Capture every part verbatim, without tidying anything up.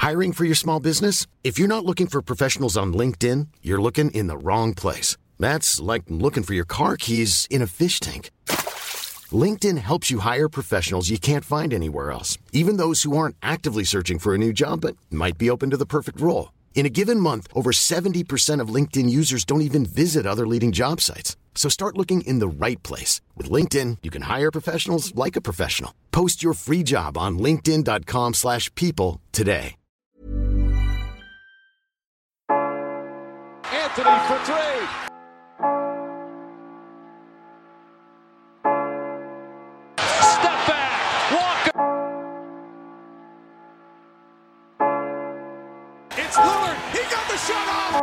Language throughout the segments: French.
Hiring for your small business? If you're not looking for professionals on LinkedIn, you're looking in the wrong place. That's like looking for your car keys in a fish tank. LinkedIn helps you hire professionals you can't find anywhere else, even those who aren't actively searching for a new job but might be open to the perfect role. In a given month, over seventy percent of LinkedIn users don't even visit other leading job sites. So start looking in the right place. With LinkedIn, you can hire professionals like a professional. Post your free job on linkedin.com slash people today. Anthony for three. Step back. Walker. It's Lillard. He got the shot off.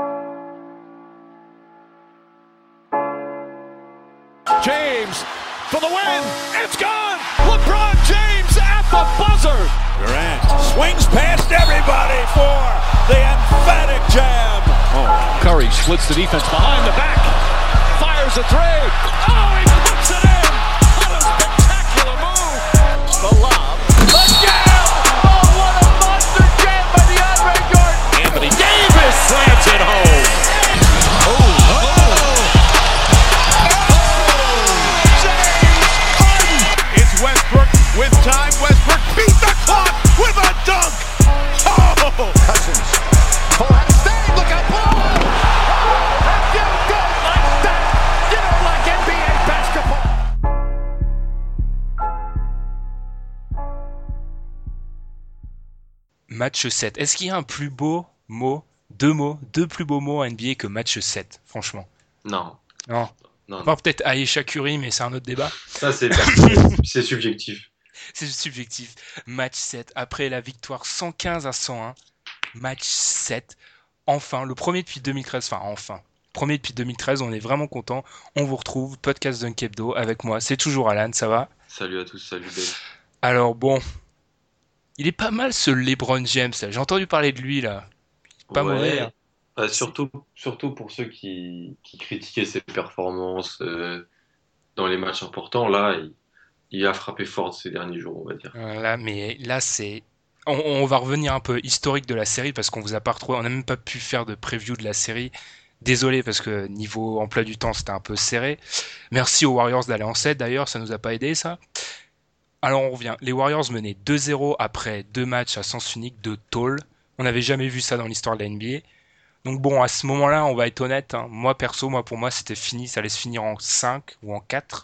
James for the win. It's gone. LeBron James at the buzzer. Durant swings past everybody for the emphatic jam. Oh, Curry splits the defense behind the back. Fires a three. Oh, he puts it in. What a spectacular move. The lob. The jam. Oh, what a monster jam by DeAndre Jordan. Anthony Davis slams it home. Oh, oh. Westbrook with time. Westbrook beat the clock with a dunk. Oh! Cousins. Full-hand stay. Look out below. Oh, and you don't like that. You don't like N B A basketball. Match sept. Est-ce qu'il y a un plus beau mot, deux mots, deux plus beaux mots en N B A que match sept, franchement? Non. Non. Non, Enfin, peut-être Aïcha Curry, mais c'est un autre débat. Ça, c'est, c'est subjectif. C'est subjectif. Match sept. Après la victoire cent quinze à cent un. Match sept. Enfin, le premier depuis deux mille treize. Enfin, enfin. Premier depuis deux mille treize. On est vraiment content. On vous retrouve. Podcast Dunk Hebdo avec moi. C'est toujours Alan. Ça va? Salut à tous. Salut Ben. Alors, bon. Il est pas mal ce LeBron James. Là. J'ai entendu parler de lui, là. Pas ouais. mauvais. Hein. Bah, surtout, surtout pour ceux qui, qui critiquaient ses performances euh, dans les matchs importants, là, il, il a frappé fort ces derniers jours, on va dire. Là, mais là, c'est... On, on va revenir un peu historique de la série parce qu'on vous a pas retrouvé, on n'a même pas pu faire de preview de la série. Désolé parce que niveau emploi du temps, c'était un peu serré. Merci aux Warriors d'aller en sept d'ailleurs, ça nous a pas aidé ça. Alors on revient. Les Warriors menaient deux zéro après deux matchs à sens unique de tôle. On n'avait jamais vu ça dans l'histoire de la N B A. Donc bon, à ce moment-là, on va être honnête, hein. Moi perso, moi pour moi c'était fini, ça allait se finir en cinq ou en quatre.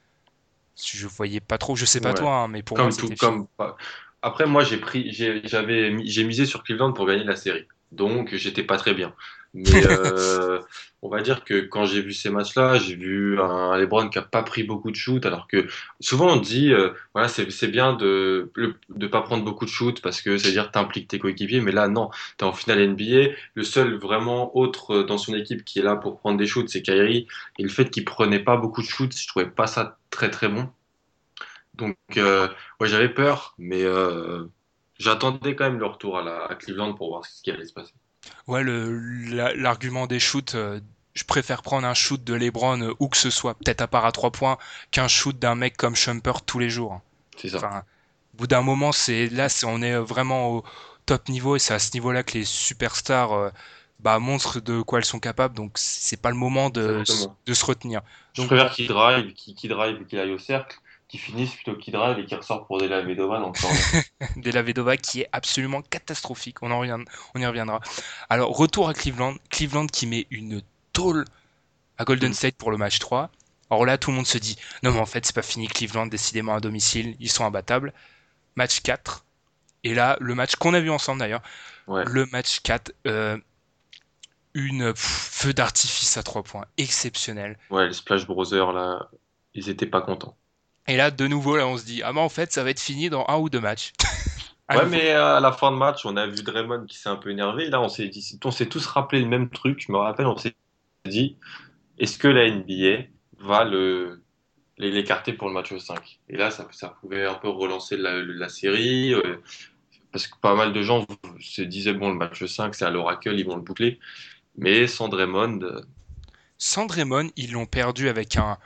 Je voyais pas trop, je sais pas Ouais. toi, hein, mais pour Comme moi tout, c'était comme... fini. Après, moi, j'ai pris, j'ai, j'avais, mis- j'ai misé sur Cleveland pour gagner la série, donc j'étais pas très bien. Mais euh, on va dire que quand j'ai vu ces matchs-là, j'ai vu un LeBron qui a pas pris beaucoup de shoots, alors que souvent on dit, euh, voilà, c'est c'est bien de le- de pas prendre beaucoup de shoots parce que c'est-à-dire t'impliques tes coéquipiers, mais là non, t'es en finale N B A, le seul vraiment autre dans son équipe qui est là pour prendre des shoots, c'est Kyrie, et le fait qu'il prenait pas beaucoup de shoots, je trouvais pas ça très très bon. Donc euh, ouais, j'avais peur, mais euh, j'attendais quand même le retour à, la, à Cleveland pour voir ce qui allait se passer. Ouais, le, la- l'argument des shoots, euh, je préfère prendre un shoot de LeBron euh, où que ce soit, peut-être à part à trois points, qu'un shoot d'un mec comme Shumpert tous les jours. C'est ça. Enfin, au bout d'un moment, c'est là, c'est, on est euh, vraiment au top niveau et c'est à ce niveau-là que les superstars euh, bah, montrent de quoi elles sont capables. Donc, c'est pas le moment de, Exactement. de se retenir. Je Donc, préfère qu'il drive, qu'il qu'il drive et qu'il aille au cercle, qu'il finisse plutôt qu'il drive et qu'il ressort pour des Vedova dans le corner. Della Vedova qui est absolument catastrophique. On, en revient, on y reviendra. Alors, retour à Cleveland. Cleveland qui met une tôle à Golden Mm. State pour le match trois. Alors là, tout le monde se dit non, mais en fait, c'est pas fini. Cleveland, décidément à domicile, ils sont imbattables. Match quatre. Et là, le match qu'on a vu ensemble d'ailleurs, Ouais. le match quatre, euh, une pff, feu d'artifice à trois points exceptionnel. Ouais, les Splash Brothers, là, ils étaient pas contents. Et là, de nouveau, là, on se dit ah, mais en fait, ça va être fini dans un ou deux matchs. À Ouais, nouveau. mais à la fin de match, on a vu Draymond qui s'est un peu énervé. Là, on s'est dit, on s'est tous rappelé le même truc. Je me rappelle, on s'est dit, est-ce que la N B A va le, les- l'écarter pour le match cinq? Et là, ça, ça pouvait un peu relancer la, la série. euh, parce que pas mal de gens se disaient, bon, le match cinq, c'est à l'Oracle, ils vont le boucler. Mais sans Draymond, euh, Sans Draymond, ils l'ont perdu avec un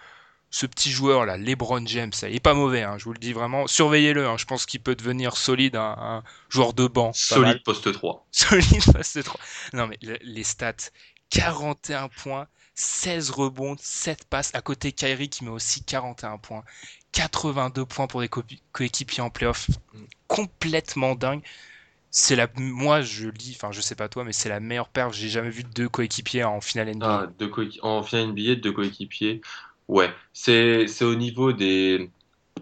ce petit joueur là, LeBron James, il est pas mauvais, hein, je vous le dis vraiment. Surveillez-le, hein, je pense qu'il peut devenir solide, un, un joueur de banc. Solide poste trois. Solide poste trois. Non mais le, les stats, quarante et un points, seize rebonds, sept passes. À côté Kyrie qui met aussi quarante et un points, quatre-vingt-deux points pour des co- coéquipiers en playoff. Complètement dingue. C'est la, moi je lis, enfin je sais pas toi, mais c'est la meilleure perf. J'ai jamais vu deux coéquipiers en finale N B A. Ah, deux coéqui- en finale N B A, deux coéquipiers. Ouais, c'est c'est au niveau des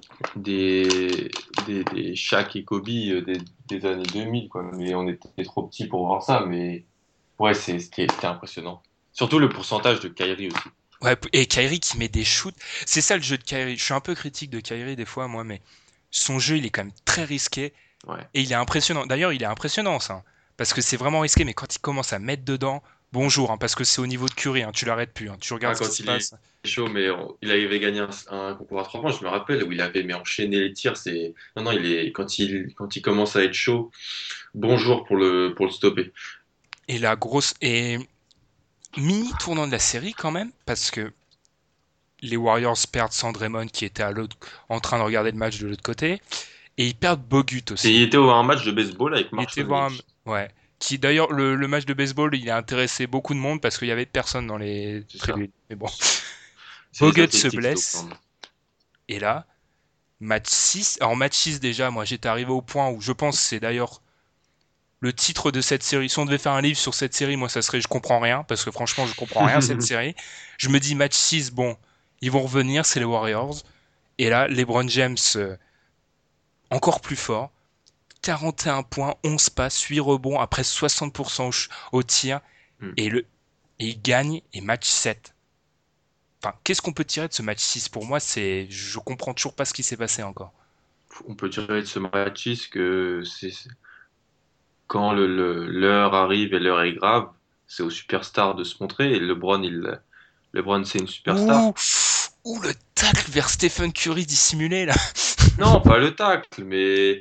des des, des Shaq et Kobe euh, des, des années deux mille quoi. Mais on était trop petits pour voir ça, mais ouais, c'est c'était c'était impressionnant. Surtout le pourcentage de Kyrie aussi. Ouais, et Kyrie qui met des shoots. C'est ça le jeu de Kyrie. Je suis un peu critique de Kyrie des fois, moi, mais son jeu, il est quand même très risqué. Ouais. Et il est impressionnant. D'ailleurs, il est impressionnant, ça. Parce que c'est vraiment risqué, mais quand il commence à mettre dedans, bonjour, hein, parce que c'est au niveau de Curry, hein, tu l'arrêtes plus. Hein, tu regardes Ah, ce quand qui se il passe. est chaud, mais on- il avait gagné un, un concours à trois points, je me rappelle, où il avait mais enchaîné les tirs. C'est non non, il est quand il quand il commence à être chaud, bonjour pour le pour le stopper. Et la grosse. Et mini tournant de la série, quand même, parce que les Warriors perdent sans Draymond, qui était à l'autre, en train de regarder le match de l'autre côté. Et ils perdent Bogut Et aussi. il était au un match de baseball avec Il Marshall était voir un- Lynch. Ouais. Qui d'ailleurs, le, le match de baseball, il a intéressé beaucoup de monde parce qu'il y avait personne dans les C'est ça. tribunes. Mais bon. C'est les Bogut se Athletics blesse. d'Oakland. Et là, match six. Alors, match six, déjà, moi, j'étais arrivé au point où je pense que c'est d'ailleurs le titre de cette série. Si on devait faire un livre sur cette série, moi, ça serait Je comprends rien. Parce que franchement, je comprends rien à cette série. Je me dis, match six, bon, ils vont revenir, c'est les Warriors. Et là, LeBron James, euh, encore plus fort. quarante et un points, onze passes, huit rebonds, après soixante pour cent au, ch- au tir. Hmm. Et, le, et il gagne, et match sept. Enfin, qu'est-ce qu'on peut tirer de ce match six? Pour moi, c'est, je comprends toujours pas ce qui s'est passé encore. On peut tirer de ce match que c'est c'est- quand le, le- l'heure arrive et l'heure est grave, c'est aux superstars de se montrer. Et LeBron, il, LeBron, c'est une superstar. Ouh, ouh, le tacle vers Stephen Curry dissimulé, là. Non, pas le tacle, mais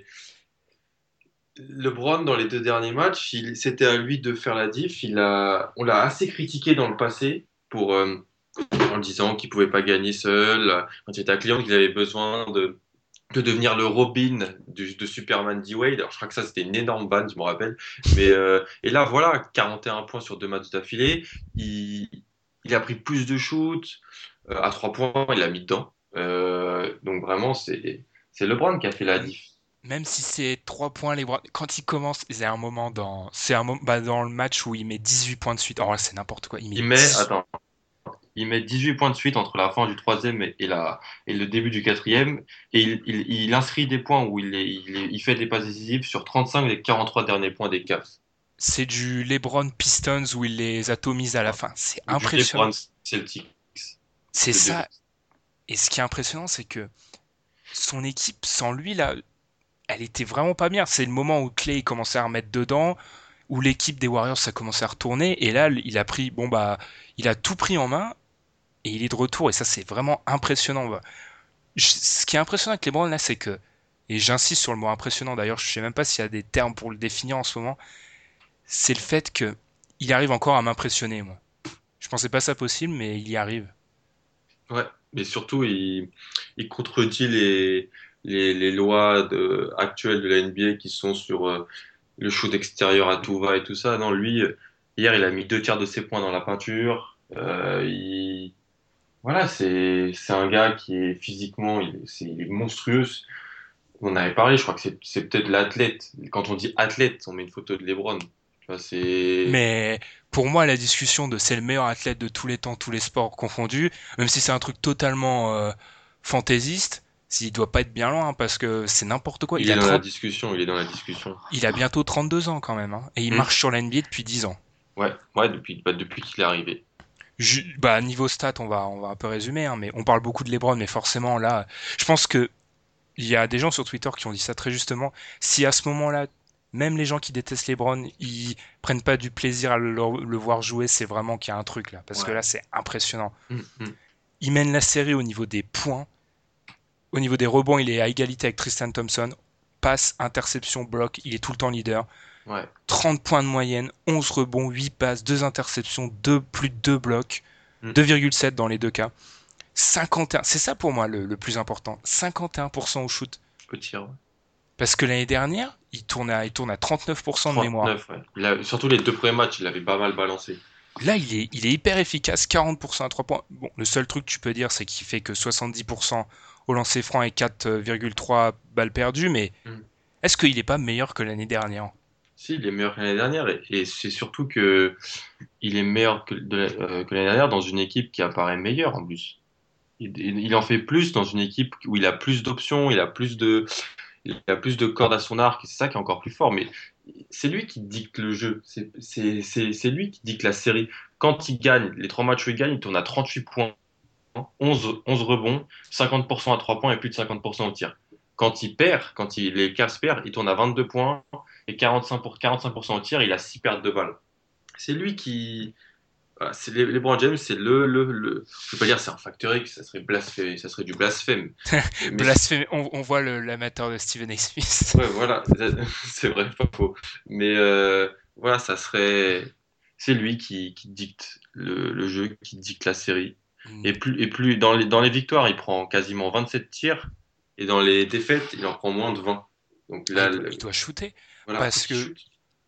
LeBron, dans les deux derniers matchs, il, c'était à lui de faire la diff. Il a, on l'a assez critiqué dans le passé pour, euh, en disant qu'il pouvait pas gagner seul. Quand il était à Cleveland, qu'il avait besoin de, de devenir le Robin du, de Superman D-Wade. Alors, je crois que ça, c'était une énorme vanne, je me rappelle. Mais, euh, et là, voilà, quarante et un points sur deux matchs d'affilée. Il, il a pris plus de shoots. Euh, à trois points, il a mis dedans. Euh, donc, vraiment, c'est, c'est LeBron qui a fait la diff. Même si c'est trois points, les bras. Quand il commence, c'est un moment dans, c'est un moment, bah, dans le match où il met dix-huit points de suite. Oh là, c'est n'importe quoi. Il met, Il met, dix- attends, il met dix-huit points de suite entre la fin du troisième et, et la, et le début du quatrième. Et il, il, il inscrit des points où il, est- il, est- il fait des passes décisives sur trente-cinq des quarante-trois derniers points des Cavs. c'est du LeBron Pistons où il les atomise à la fin. C'est Du impressionnant. LeBron Celtics. C'est de ça. deux. Et ce qui est impressionnant, c'est que son équipe, sans lui, là, elle était vraiment pas bien. C'est le moment où Clay commençait à remettre dedans, où l'équipe des Warriors, ça commençait à retourner. Et là, il a pris, bon, bah, il a tout pris en main et il est de retour. Et ça, c'est vraiment impressionnant. Je- Ce qui est impressionnant avec LeBron, là, c'est que, et j'insiste sur le mot impressionnant, d'ailleurs, je sais même pas s'il y a des termes pour le définir en ce moment, c'est le fait que il arrive encore à m'impressionner, moi. Je pensais pas ça possible, mais il y arrive. Ouais, mais surtout, il, il contredit les, les, les lois de, actuelles de la N B A qui sont sur euh, le shoot extérieur à tout va et tout ça. Non, lui, euh, hier, il a mis deux tiers de ses points dans la peinture. Euh, il, voilà, c'est, c'est un gars qui est physiquement, il, est- c'est, il est monstrueux. On avait parlé, je crois que c'est, c'est peut-être l'athlète. Quand on dit athlète, on met une photo de LeBron. Tu vois, c'est, Mais pour moi, la discussion de c'est le meilleur athlète de tous les temps, tous les sports confondus, même si c'est un truc totalement euh, fantaisiste, il doit pas être bien loin, hein, parce que c'est n'importe quoi. il Il est a dans la trente discussion, il est dans la discussion. il a bientôt trente-deux ans quand même, hein, et il Mm. marche sur la N B A depuis dix ans. Ouais, ouais, depuis, bah, depuis qu'il est arrivé. Ju- bah, niveau stats, on va, on va un peu résumer, hein, mais on parle beaucoup de LeBron, mais forcément, là, je pense que il y a des gens sur Twitter qui ont dit ça très justement. Si à ce moment-là, même les gens qui détestent LeBron, ils prennent pas du plaisir à le, le voir jouer, c'est vraiment qu'il y a un truc là. Parce que Ouais. là, c'est impressionnant. Mm, mm. Il mène la série au niveau des points. Au niveau des rebonds, il est à égalité avec Tristan Thompson. Passe, interception, bloc, il est tout le temps leader. Ouais. trente points de moyenne, onze rebonds, huit passes, deux interceptions, deux, plus de deux blocs, Mm. deux virgule sept dans les deux cas. cinquante et un, c'est ça pour moi le, le plus important. cinquante et un pour cent au shoot. Au tir, ouais. Parce que l'année dernière, il tourne à, il tourne à trente-neuf pour cent de mémoire. trente-neuf, ouais. Il a- surtout les deux premiers matchs, il avait pas mal balancé. Là, il est, il est hyper efficace, quarante pour cent à trois points. Bon, le seul truc que tu peux dire, c'est qu'il fait que soixante-dix pour cent au lancer franc et quatre virgule trois balles perdues, mais Mm. est-ce qu'il est pas meilleur que l'année dernière? Si, il est meilleur que l'année dernière, et, et c'est surtout que il est meilleur que, de la- euh, que l'année dernière dans une équipe qui apparaît meilleure en plus. Il, il- il en fait plus dans une équipe où il a plus d'options, il a plus de, il a plus de cordes à son arc, et c'est ça qui est encore plus fort. Mais c'est lui qui dicte le jeu, c'est c'est- c'est- c'est lui qui dicte la série. Quand il gagne, les trois matchs où il gagne, il tourne à trente-huit points, onze, onze rebonds, cinquante pour cent à trois points et plus de cinquante pour cent au tir. Quand il perd, quand il, les Cavs perdent, il tourne à vingt-deux points et quarante-cinq pour, quarante-cinq pour cent au tir, il a six pertes de balles. C'est lui qui. Voilà, c'est les, LeBron James, c'est le, le, le. Je peux pas dire c'est un facteur X, ça serait blasphème, ça serait du blasphème. Mais Blasphème, on, on voit le- l'amateur de Stephen A. Smith. ouais, voilà, c'est vrai, pas faux. Mais euh, voilà, ça serait. C'est lui qui, qui dicte le, le jeu, qui dicte la série. Et plus, et plus dans les, dans les victoires, il prend quasiment vingt-sept tirs, et dans les défaites, il en prend moins de vingt. Donc là, il, doit, le- il doit shooter. voilà, parce faut qu'il que- shoot.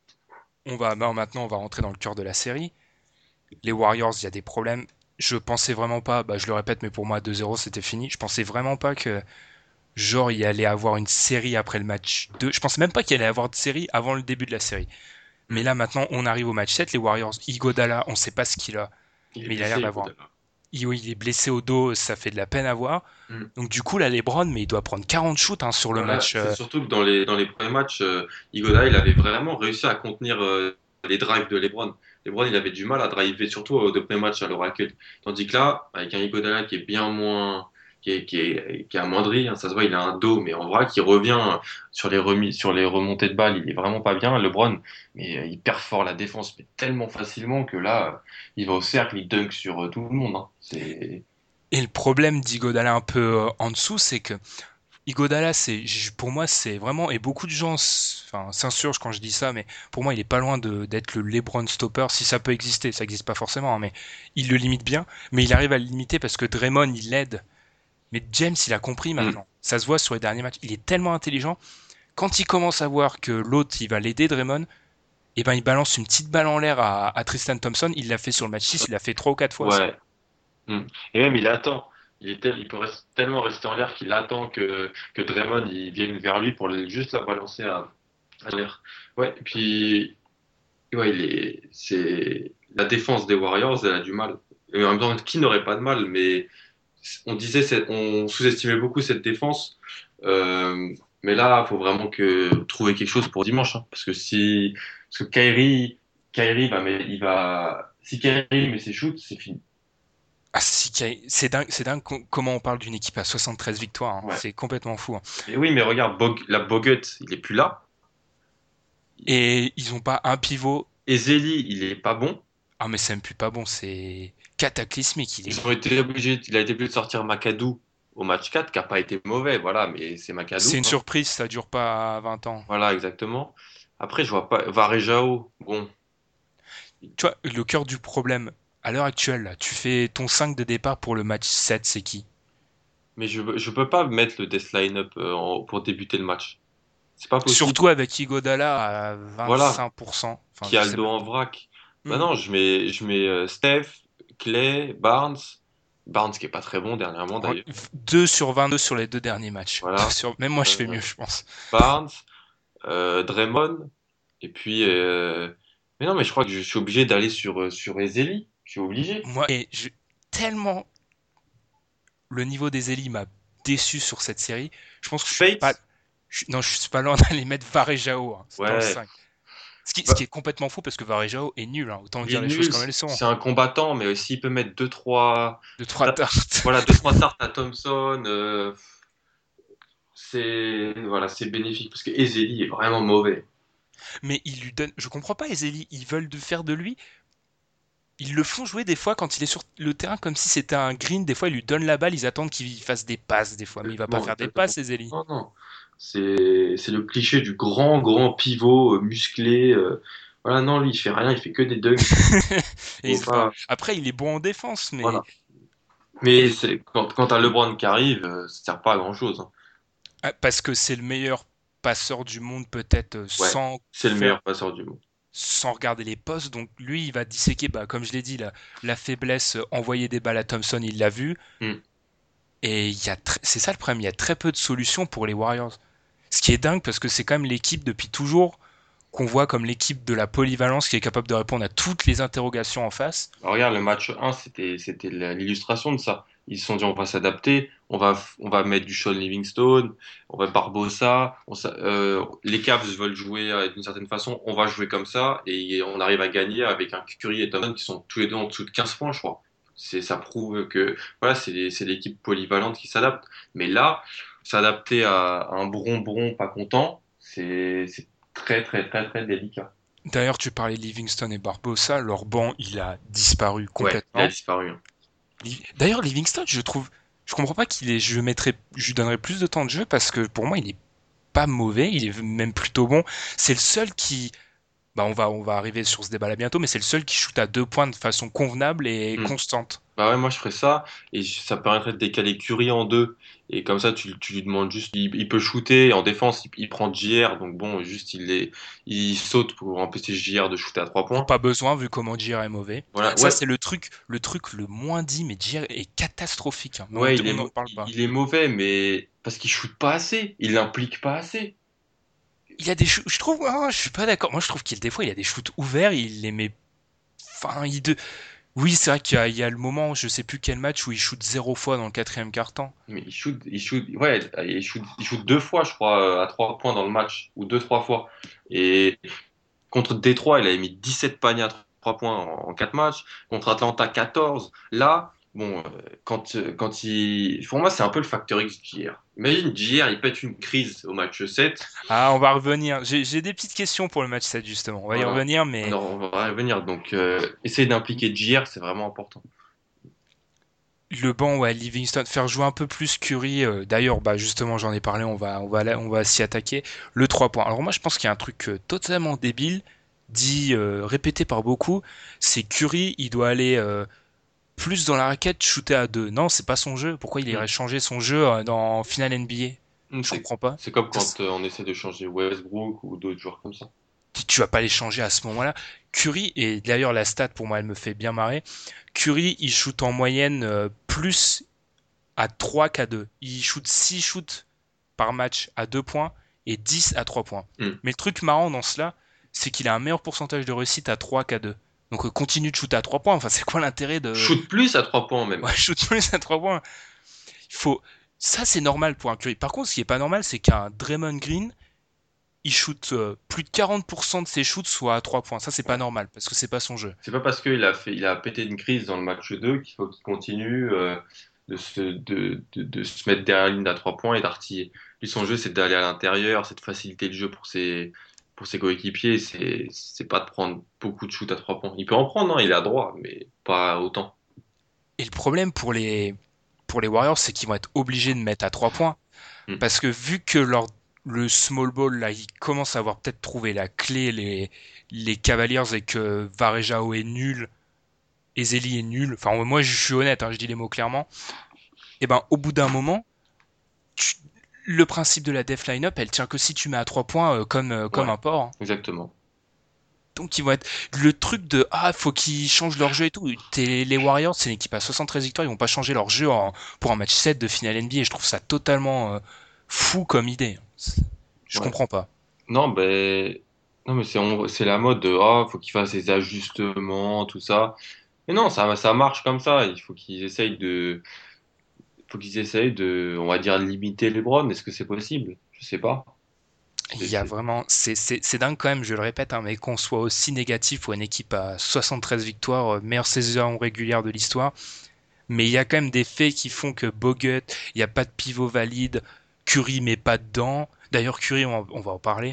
On va, bah, maintenant, on va rentrer dans le cœur de la série. Les Warriors, il y a des problèmes. Je pensais vraiment pas, bah, je le répète, mais pour moi, deux zéro, c'était fini. Je pensais vraiment pas que, genre, il allait avoir une série après le match deux. Je pensais même pas qu'il allait avoir de série avant le début de la série. Mais là, maintenant, on arrive au match sept. Les Warriors, Iguodala, on sait pas ce qu'il a. Il est mais il a blessé, l'air d'avoir- Iguodala. Il, oui, il est blessé au dos, ça fait de la peine à voir. Mm. Donc, du coup, là, LeBron, mais il doit prendre quarante shoots hein, sur le Voilà, match. c'est euh, surtout que dans les, dans les premiers matchs, euh, Iguodala, il avait vraiment réussi à contenir euh, les drives de LeBron. LeBron, il avait du mal à driver, surtout aux deux premiers matchs à l'Oracle. Tandis que là, avec un Iguodala qui est bien moins, qui est, qui est, qui est amoindri, hein, ça se voit, il a un dos, mais en vrai, qui revient sur les remis, sur les remontées de balles, il est vraiment pas bien. LeBron, mais euh, il perfore la défense mais tellement facilement que là, euh, il va au cercle, il dunk sur euh, tout le monde. Hein. C'est Et le problème d'Iguodala un peu euh, en dessous, c'est que Iguodala, c'est, j- pour moi, c'est vraiment, et beaucoup de gens, s- enfin, s'insurgent quand je dis ça, mais pour moi, il est pas loin de, d'être le LeBron stopper, si ça peut exister, ça existe pas forcément, hein, mais il le limite bien, mais il arrive à le limiter parce que Draymond, il l'aide. Mais James, il a compris maintenant. Ça se voit sur les derniers matchs. Il est tellement intelligent. Quand il commence à voir que l'autre, il va l'aider, Draymond, et ben, il balance une petite balle en l'air à, à Tristan Thompson. Il l'a fait sur le match six, il l'a fait trois ou quatre fois. ça. ouais. Mm. Et même, il attend. Il, est tel- il peut rester- tellement rester en l'air qu'il attend que, que Draymond il vienne vers lui pour le- juste la balancer à, à l'air. Ouais, et puis, ouais, il est, c'est, la défense des Warriors, elle a du mal. Et en même temps, qui n'aurait pas de mal, mais on disait, c'est- on sous-estimait beaucoup cette défense. Euh, mais là, il faut vraiment que, trouver quelque chose pour dimanche. Hein, parce que si, parce que Kyrie, Kyrie va, mais il va, si Kyrie met ses shoots, c'est fini. Ah, si, Ky- c'est dingue, c'est dingue co- comment on parle d'une équipe à soixante-treize victoires. hein. Ouais. C'est complètement fou. hein. Et oui, mais regarde, Bog, la Bogut, il est plus là. Et ils ont pas un pivot. Ezeli, il est pas bon. Ah, mais c'est même plus pas bon. C'est cataclysmique. Il est... Ils ont été obligés, il a été obligé de sortir Macadou au match quatre, qui a pas été mauvais, voilà, mais c'est Macadou. C'est une hein. surprise. Ça dure pas vingt ans. Voilà, exactement. Après, je vois pas, Varejao, bon, Tu vois, le cœur du problème, à l'heure actuelle, là, tu fais ton cinq de départ pour le match sept, c'est qui? mais je, je peux pas mettre le death line-up euh, en- pour débuter le match. C'est pas possible. Surtout avec Iguodala à vingt-cinq pour cent. Enfin, Qui a je le sais dos pas. en vrac. Bah Hmm. non, je mets, je mets euh, Steph, Clay, Barnes. Barnes qui est pas très bon dernièrement d'ailleurs. deux sur vingt-deux sur les deux derniers matchs. Voilà. Sur- Même moi, je fais Euh, mieux, je pense. Barnes, euh, Draymond, et puis. euh, Mais non, mais je crois que je suis obligé d'aller sur, euh, sur Ezeli. Je suis obligé. Moi, et je... tellement le niveau des élites m'a déçu sur cette série. Je pense que je suis Spades pas. je- Non, je suis pas loin d'aller mettre Varejao hein, dans le Ouais. cinq. Ce qui, ce Bah- qui est complètement fou parce que Varejao est nul. hein. Autant Il dire est les nul, choses comme elles sont. c'est un combattant, mais s'il peut mettre deux trois De trois Ça- tartes. voilà, deux trois tartes à Thompson, euh, c'est voilà, c'est bénéfique parce que Ezeli est vraiment mauvais. Mais ils lui donnent. Je comprends pas, Ezeli. Ils veulent de faire de lui. Ils le font jouer des fois quand il est sur le terrain comme si c'était un green. Des fois, ils lui donnent la balle. Ils attendent qu'il fasse des passes. Des fois, mais il va pas Bon, faire des exactement. passes, Ezeli. Non, non. C'est c'est le cliché du grand, grand pivot euh, musclé. euh, Voilà, non, lui, il fait rien, il fait que des dunks. Et Faut pas- enfin, après, il est bon en défense, mais Voilà. Mais c'est, quand, quand t'as LeBron qui arrive, euh, ça sert pas à grand-chose, hein. Ah, parce que c'est le meilleur passeur du monde, peut-être euh, Ouais, sans c'est le faire, meilleur passeur du monde. sans regarder les postes. Donc lui, il va disséquer, bah, comme je l'ai dit, la, la faiblesse, euh, envoyer des balles à Thompson, il l'a vu. Hmm. Et il y a tr- c'est ça le problème, il y a très peu de solutions pour les Warriors. Ce qui est dingue parce que c'est quand même l'équipe depuis toujours qu'on voit comme l'équipe de la polyvalence qui est capable de répondre à toutes les interrogations en face. Alors, regarde, le match un, c'était, c'était la- l'illustration de ça. Ils se sont dit, on va s'adapter, on va, f- on va mettre du Sean Livingstone, on va Barbosa, on s'a- euh, les Cavs veulent jouer euh, d'une certaine façon, on va jouer comme ça, et on arrive à gagner avec un Curry et Thompson qui sont tous les deux en dessous de quinze points, je crois. C'est, ça prouve que, voilà, c'est, les- c'est l'équipe polyvalente qui s'adapte. Mais là, s'adapter à un bronbron pas content, c'est, c'est très, très, très, très délicat. D'ailleurs, tu parlais de Livingston et Barbosa, leur banc, il a disparu Ouais, il a complètement. disparu, hein. Li- D'ailleurs, Livingston, je trouve, je comprends pas qu'il est, je le mettrais, je lui donnerais plus de temps de jeu parce que pour moi, il est pas mauvais, il est même plutôt bon. C'est le seul qui, bah, on va, on va arriver sur ce débat là bientôt, mais c'est le seul qui shoot à deux points de façon convenable et Hmm. constante. Bah ouais, moi je ferais ça et j- ça permettrait de décaler Curry en deux. Et comme ça, tu, tu lui demandes juste, il, il peut shooter en défense, il, il prend J R, donc bon, juste il, est, il saute pour empêcher J R de shooter à trois points. Pas besoin vu comment J R est mauvais. Voilà, Ça, ouais, c'est le truc, le truc le moins dit, mais J R est catastrophique, hein. Mais on ouais, il est, on n'en mau- parle il pas. il est mauvais, mais parce qu'il shoot pas assez, il l'implique pas assez. Il a des shoots, je trouve, ah, je suis pas d'accord. Moi, je trouve qu'il des fois, il a des shoots ouverts, il les met. Enfin, il de... Oui, c'est vrai qu'il y a, il y a le moment, je sais plus quel match où il shoot zéro fois dans le quatrième quart-temps. Mais il shoot, il shoot, ouais, il shoot, il shoot deux fois, je crois, euh, à trois points dans le match, ou deux, trois fois. Et contre Détroit, il avait mis dix-sept paniers à trois points en, en quatre matchs. Contre Atlanta, quatorze. Là, bon, euh, quand, euh, quand il. Pour moi, c'est un peu le facteur X J R. Imagine, J R, il pète une crise au match sept. Ah, on va revenir. J'ai j'ai des petites questions pour le match sept, justement. On va y Voilà. revenir, mais Alors, on va revenir. Donc, euh, essayer d'impliquer J R, c'est vraiment important. le banc, ouais, Livingston, faire jouer un peu plus Curry. euh, D'ailleurs, bah, justement, j'en ai parlé, on va, on va, là- on va s'y attaquer. Le trois points. Alors, moi, je pense qu'il y a un truc euh, totalement débile, dit, euh, répété par beaucoup, c'est Curry, il doit aller euh, plus dans la raquette, shooter à deux. Non, c'est pas son jeu. Pourquoi il Mm. irait changer son jeu euh, dans finale N B A? Mm, Je C'est comprends pas. c'est comme Ça, quand euh, on essaie de changer Westbrook ou d'autres joueurs comme ça. tu tu vas pas les changer à ce moment-là. Curry, et d'ailleurs la stat pour moi elle me fait bien marrer, Curry il shoot en moyenne euh, plus à trois qu'à deux. Il shoot six shoots par match à deux points et dix à trois points. Mm. Mais le truc marrant dans cela, c'est qu'il a un meilleur pourcentage de réussite à trois qu'à deux. Donc euh, continue de shooter à trois points, enfin c'est quoi l'intérêt de... Shoot plus à trois points même. Ouais, shoot plus à trois points. Il faut... Ça c'est normal pour un Curry. Par contre ce qui est pas normal c'est qu'un Draymond Green il shoot euh, plus de quarante pour cent de ses shoots soit à trois points. Ça, c'est pas normal parce que c'est pas son jeu. C'est pas parce qu'il a fait, il a pété une crise dans le match deux qu'il faut qu'il continue euh, de, se, de, de, de se mettre derrière la ligne à trois points et d'artiller. Lui, son jeu, c'est d'aller à l'intérieur, c'est de faciliter le jeu pour ses, pour ses coéquipiers. C'est, c'est pas de prendre beaucoup de shoots à trois points. Il peut en prendre, hein, il est à droit, mais pas autant. Et le problème pour les, pour les Warriors, c'est qu'ils vont être obligés de mettre à trois points. Mm. Parce que vu que leur, le small ball, là, ils commencent à avoir peut-être trouvé la clé, les, les Cavaliers, et que Varejao est nul, Ezeli est nul. Enfin, moi, je suis honnête, hein, je dis les mots clairement. Et ben, au bout d'un moment, tu- le principe de la def line-up, elle tient que si tu mets à trois points euh, comme, euh, comme Ouais. un porc, hein. Exactement. Donc ils vont être le truc de ah faut qu'ils changent leur jeu et tout. T'es- les Warriors c'est une équipe à soixante-treize victoires, ils vont pas changer leur jeu en- pour un match sept de finale N B A. Je trouve ça totalement euh, fou comme idée. C'est- Je Ouais. comprends pas. Non, ben, non, mais c'est, on- c'est la mode de, ah, faut qu'il fasse des ajustements, tout ça. Mais non, ça, ça marche comme ça. Il faut qu'ils essayent de, faut qu'ils essayent de, on va dire, limiter LeBron. Est-ce que c'est possible? Je sais pas. Il y a C'est- vraiment c'est c'est c'est dingue quand même, je le répète, hein, mais qu'on soit aussi négatif pour une équipe à soixante-treize victoires, euh, meilleure saison régulière de l'histoire. Mais il y a quand même des faits qui font que Bogut, il n'y a pas de pivot valide, Curry met pas dedans. D'ailleurs Curry, on, on va en parler.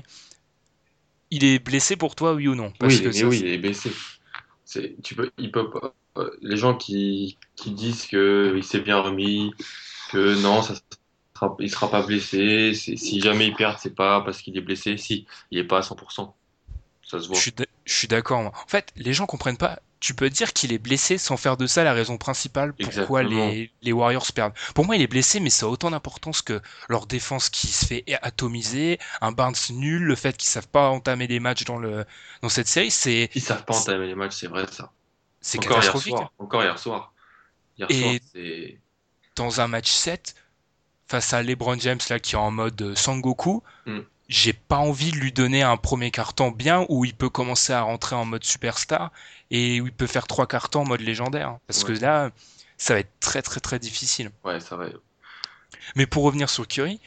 Il est blessé pour toi, oui ou non? Parce Oui, que mais ça, oui, il est blessé. C'est, tu peux, il peut pas- euh, les gens qui, qui disent que il s'est bien remis, que non, ça sera, il sera pas blessé. C'est- si jamais il perd, c'est pas parce qu'il est blessé. Si, il est pas à cent pour cent. Ça se Je voit. suis, d- je suis d'accord, moi. En fait, les gens comprennent pas. tu peux dire qu'il est blessé sans faire de ça la raison principale pourquoi les, les Warriors perdent. Pour moi, il est blessé, mais ça a autant d'importance que leur défense qui se fait atomiser, un Barnes nul, le fait qu'ils savent pas entamer des matchs dans, le, dans cette série. C'est, Ils savent pas entamer les matchs, c'est vrai ça. C'est encore catastrophique. Hier soir, encore hier soir. Hier Et soir, c'est... dans un match sept, face à LeBron James là, qui est en mode Sangoku, mm. j'ai pas envie de lui donner un premier carton bien où il peut commencer à rentrer en mode superstar et où il peut faire trois cartons en mode légendaire. Parce ouais. que là, ça va être très très très difficile. Ouais, ça va. Mais pour revenir sur Curry,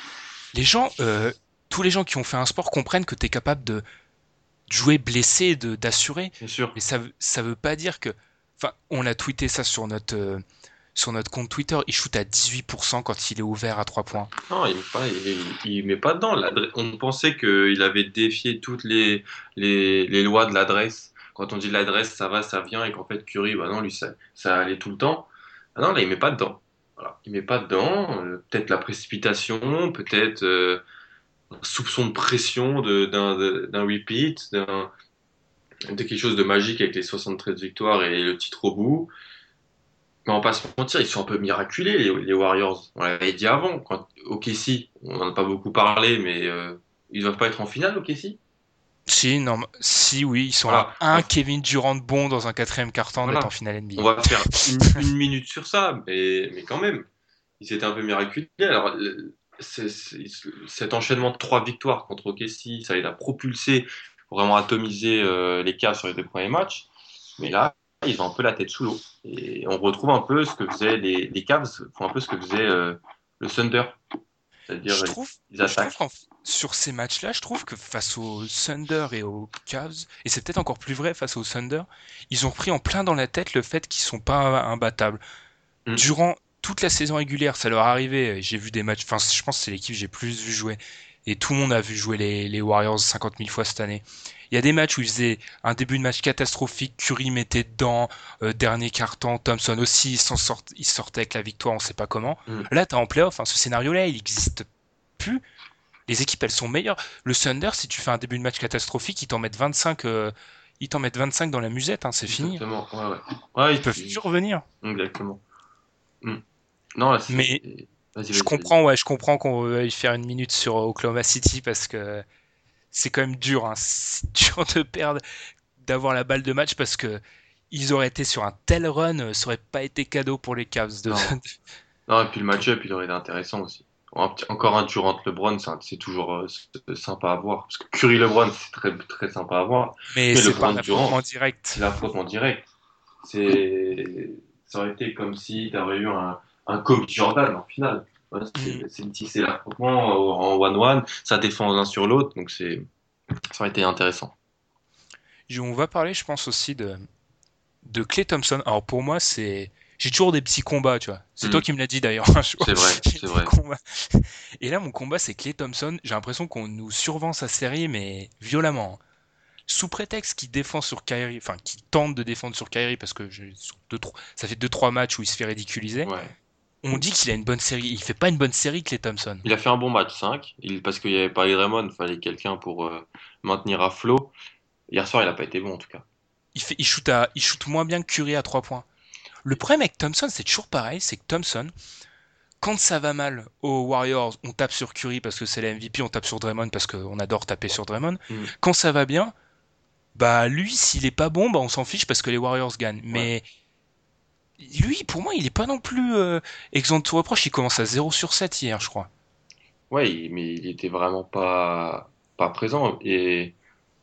les gens, euh, tous les gens qui ont fait un sport comprennent que tu es capable de jouer blessé, de, d'assurer. Bien sûr. Mais ça, ça veut pas dire que... Enfin, on a tweeté ça sur notre... Euh, sur notre compte Twitter, il shoot à dix-huit pour cent quand il est ouvert à trois points. Non, il met pas, il, il met pas dedans. On pensait qu'il avait défié toutes les, les, les lois de l'adresse. Quand on dit l'adresse, ça va, ça vient, et qu'en fait Curry, bah non, lui, ça, ça allait tout le temps. Ah non, là, il met pas dedans. Voilà. Il met pas dedans. Euh, peut-être la précipitation, peut-être euh, un soupçon de pression de, d'un, de, d'un repeat, d'un, de quelque chose de magique avec les soixante-treize victoires et le titre au bout. Mais on va pas se mentir, ils sont un peu miraculés, les, les Warriors. On l'avait dit avant, quand O K C, on n'en a pas beaucoup parlé, mais euh, ils doivent pas être en finale, O K C? Si, non, si, oui, ils sont voilà. à un ouais. Kevin Durant bon dans un quatrième quart-temps voilà. d'être en finale N B A. On va faire une, une minute sur ça, mais, mais quand même, ils étaient un peu miraculés. Alors, c'est, c'est, cet enchaînement de trois victoires contre O K C, ça les a propulsés, vraiment atomisé euh, les Cavs sur les deux premiers matchs. Mais là, ils ont un peu la tête sous l'eau. Et on retrouve un peu ce que faisaient les, les Cavs, font un peu ce que faisait euh, le Thunder. C'est-à-dire, je trouve, ils attaquent. Je trouve sur ces matchs-là, je trouve que face aux Thunder et aux Cavs, et c'est peut-être encore plus vrai face aux Thunder, ils ont repris en plein dans la tête le fait qu'ils sont pas imbattables. Mm. Durant toute la saison régulière, ça leur arrivait. J'ai vu des matchs, enfin, je pense que c'est l'équipe que j'ai plus vu jouer. Et tout le monde a vu jouer les, les Warriors cinquante mille fois cette année. Il y a des matchs où ils faisaient un début de match catastrophique, Curry mettait dedans, euh, dernier quart-temps, Thompson aussi, ils, s'en sortent, ils sortaient avec la victoire, on sait pas comment. Mm. Là, t'es en play-off, hein, ce scénario-là, il n'existe plus. Les équipes, elles sont meilleures. Le Thunder, si tu fais un début de match catastrophique, ils t'en mettent vingt-cinq, euh, ils t'en mettent vingt-cinq dans la musette, hein, c'est Exactement. fini. Ouais, ouais. Ouais, ils peuvent plus revenir. Exactement. Mm. Non, là, c'est... Mais vas-y, vas-y, je comprends, vas-y. ouais, je comprends qu'on veuille faire une minute sur Oklahoma City parce que c'est quand même dur, hein. C'est dur de perdre, d'avoir la balle de match parce que ils auraient été sur un tel run, ça aurait pas été cadeau pour les Cavs. De... Non. non, et puis le match-up, il aurait été intéressant aussi. Encore un Durant LeBron, c'est toujours euh, c'est sympa à voir. Parce que Curry LeBron, c'est très, très sympa à voir. Mais, Mais c'est pas un affrontement direct. C'est l'affrontement direct. C'est... Ça aurait été comme si tu avais eu un, un Kobe Jordan en finale. Voilà, c'est, mm. c'est, c'est l'affrontement en one-one, ça défend l'un sur l'autre, donc c'est, ça aurait été intéressant. On va parler, je pense, aussi de, de Klay Thompson. Alors pour moi, c'est... j'ai toujours des petits combats, tu vois. C'est mmh. toi qui me l'as dit d'ailleurs. C'est vrai, c'est vrai. Et là, mon combat, c'est Klay Thompson. J'ai l'impression qu'on nous survend sa série, mais violemment. Sous prétexte qu'il défend sur Kyrie, enfin, qu'il tente de défendre sur Kyrie, parce que je, sur deux, trois, ça fait deux trois matchs où il se fait ridiculiser. Ouais. On dit qu'il a une bonne série. Il fait pas une bonne série, Klay Thompson. Il a fait un bon match cinq. Il, parce qu'il n'y avait pas Draymond, il fallait quelqu'un pour euh, maintenir à flot. Hier soir, il n'a pas été bon, en tout cas. Il, fait, il, shoot à, il shoot moins bien que Curry à trois points. Le problème avec Thompson, c'est toujours pareil, c'est que Thompson, quand ça va mal aux Warriors, on tape sur Curry parce que c'est la M V P, on tape sur Draymond parce qu'on adore taper sur Draymond. Mm. Quand ça va bien, bah lui, s'il est pas bon, bah on s'en fiche parce que les Warriors gagnent. Ouais. Mais lui, pour moi, il est pas non plus euh, exempt de tout reproche. Il commence à zéro sur sept hier, je crois. Ouais, mais il était vraiment pas, pas présent. Et...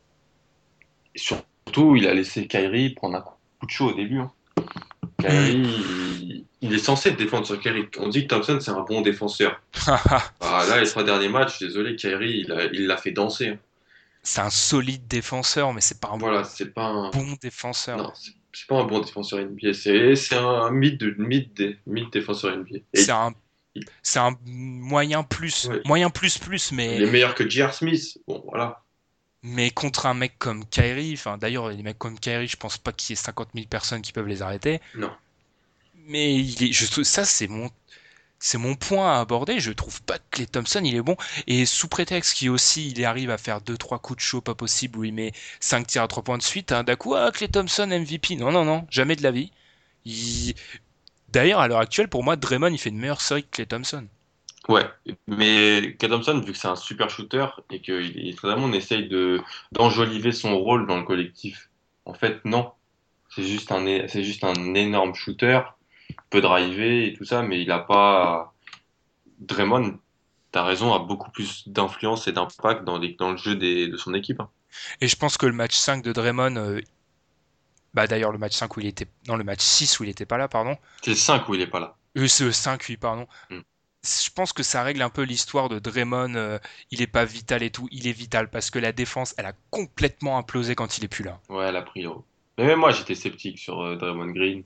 et surtout, il a laissé Kyrie prendre un coup de chaud au début. Hein. Kyrie, il, il est censé défendre sur Kyrie. On dit que Thompson, c'est un bon défenseur. Ah, là, les trois derniers matchs, désolé, Kyrie, il, a, il l'a fait danser. Hein. C'est un solide défenseur, mais c'est pas un voilà, bon, c'est pas un... bon défenseur. Non, c'est, c'est pas un bon défenseur N B A. C'est, c'est un mythe de mythe des mythe défenseur N B A. Et c'est un il... c'est un moyen plus, ouais. moyen plus plus, mais il est meilleur que J R. Smith. Bon, voilà. Mais contre un mec comme Kyrie, enfin d'ailleurs les mecs comme Kyrie, je pense pas qu'il y ait cinquante mille personnes qui peuvent les arrêter. Non. Mais il est, je, ça c'est mon, c'est mon point à aborder. Je trouve pas que Klay Thompson il est bon. Et sous prétexte qu'il aussi il arrive à faire deux trois coups de chaud pas possible où il met cinq tirs à trois points de suite, hein, d'un coup, ah, Klay Thompson M V P. Non, non, non, jamais de la vie. Il... D'ailleurs, à l'heure actuelle, pour moi, Draymond il fait une meilleure série que Klay Thompson. Ouais, mais Klay Thompson, vu que c'est un super shooter et qu'il vraiment on essaye de d'enjoliver son rôle dans le collectif. En fait, non. C'est juste un, é- c'est juste un énorme shooter, il peut driver et tout ça, mais il a pas. Draymond, t'as raison, a beaucoup plus d'influence et d'impact dans, les- dans le jeu des, de son équipe, hein. Et je pense que le match cinq de Draymond, euh, bah d'ailleurs le match cinq où il était, non le match six où il était pas là, pardon. C'est le cinq où il est pas là. Euh, c'est le cinq, oui, pardon. Mm. Je pense que ça règle un peu l'histoire de Draymond, euh, il est pas vital et tout, il est vital parce que la défense, elle a complètement implosé quand il est plus là. Ouais, elle a pris l'eau. Mais même moi, j'étais sceptique sur euh, Draymond Green.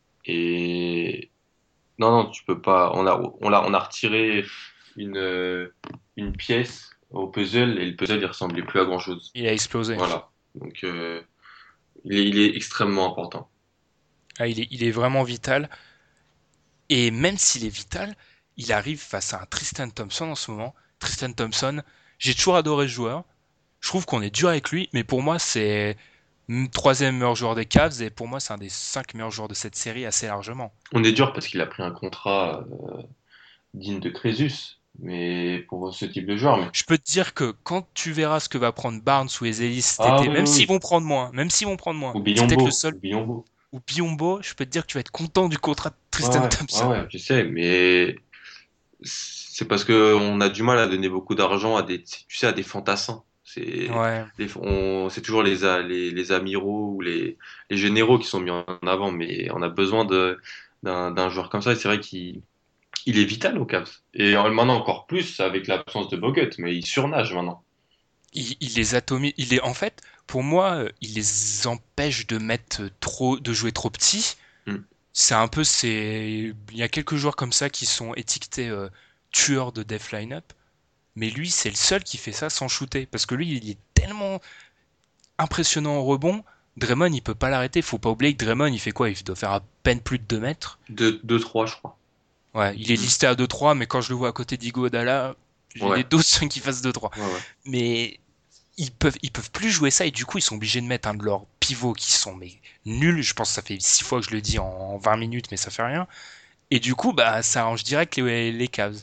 Et non, non, tu peux pas. On a, on l'a, on a retiré une, euh, une pièce au puzzle et le puzzle il ressemblait plus à grand chose. Il a explosé. Voilà. Donc euh, il est, il est extrêmement important. Ah, il est, il est vraiment vital. Et même s'il est vital, il arrive face à un Tristan Thompson en ce moment. Tristan Thompson, j'ai toujours adoré ce joueur. Je trouve qu'on est dur avec lui, mais pour moi, c'est le troisième meilleur joueur des Cavs et pour moi, c'est un des cinq meilleurs joueurs de cette série assez largement. On est dur parce qu'il a pris un contrat euh, digne de Crésus, mais pour ce type de joueur. Mais... Je peux te dire que quand tu verras ce que va prendre Barnes ou Ezeli cet Ah, été, oui, même oui, s'ils oui. vont prendre moins, même s'ils vont prendre moins, Ou c'est peut-être Biyombo. le seul, Ou Biyombo. ou Biombo, je peux te dire que tu vas être content du contrat de Ouais, Tristan ouais, Thompson. ouais, ouais, je sais, mais c'est parce que on a du mal à donner beaucoup d'argent à des, tu sais, à des fantassins. C'est, Ouais. les- on, c'est toujours les, a- les, les amiraux ou les, les généraux qui sont mis en avant, mais on a besoin de, d'un, d'un joueur comme ça. Et c'est vrai qu'il il est vital au Cavs. Et en- maintenant encore plus avec l'absence de Bogut, mais il surnage maintenant. Il, il les atomise, il est en fait, pour moi, euh, il les empêche de mettre trop, de jouer trop petit. Hmm. C'est un peu, c'est, il y a quelques joueurs comme ça qui sont étiquetés euh, tueurs de def line-up, mais lui, c'est le seul qui fait ça sans shooter, parce que lui, il est tellement impressionnant en rebond. Draymond, il peut pas l'arrêter. Faut pas oublier que Draymond, il fait quoi? Il doit faire à peine plus de deux mètres. deux trois, je crois. Ouais, il est listé à deux trois, mais quand je le vois à côté d'Iguodala, j'ai Ouais. des doutes qu'il fasse deux trois. Ouais, ouais. Mais ils peuvent, ils peuvent plus jouer ça et du coup ils sont obligés de mettre un de leurs pivots qui sont mais nuls. Je pense que ça fait six fois que je le dis en vingt minutes, mais ça fait rien. Et du coup, bah ça arrange direct les, les Cavs.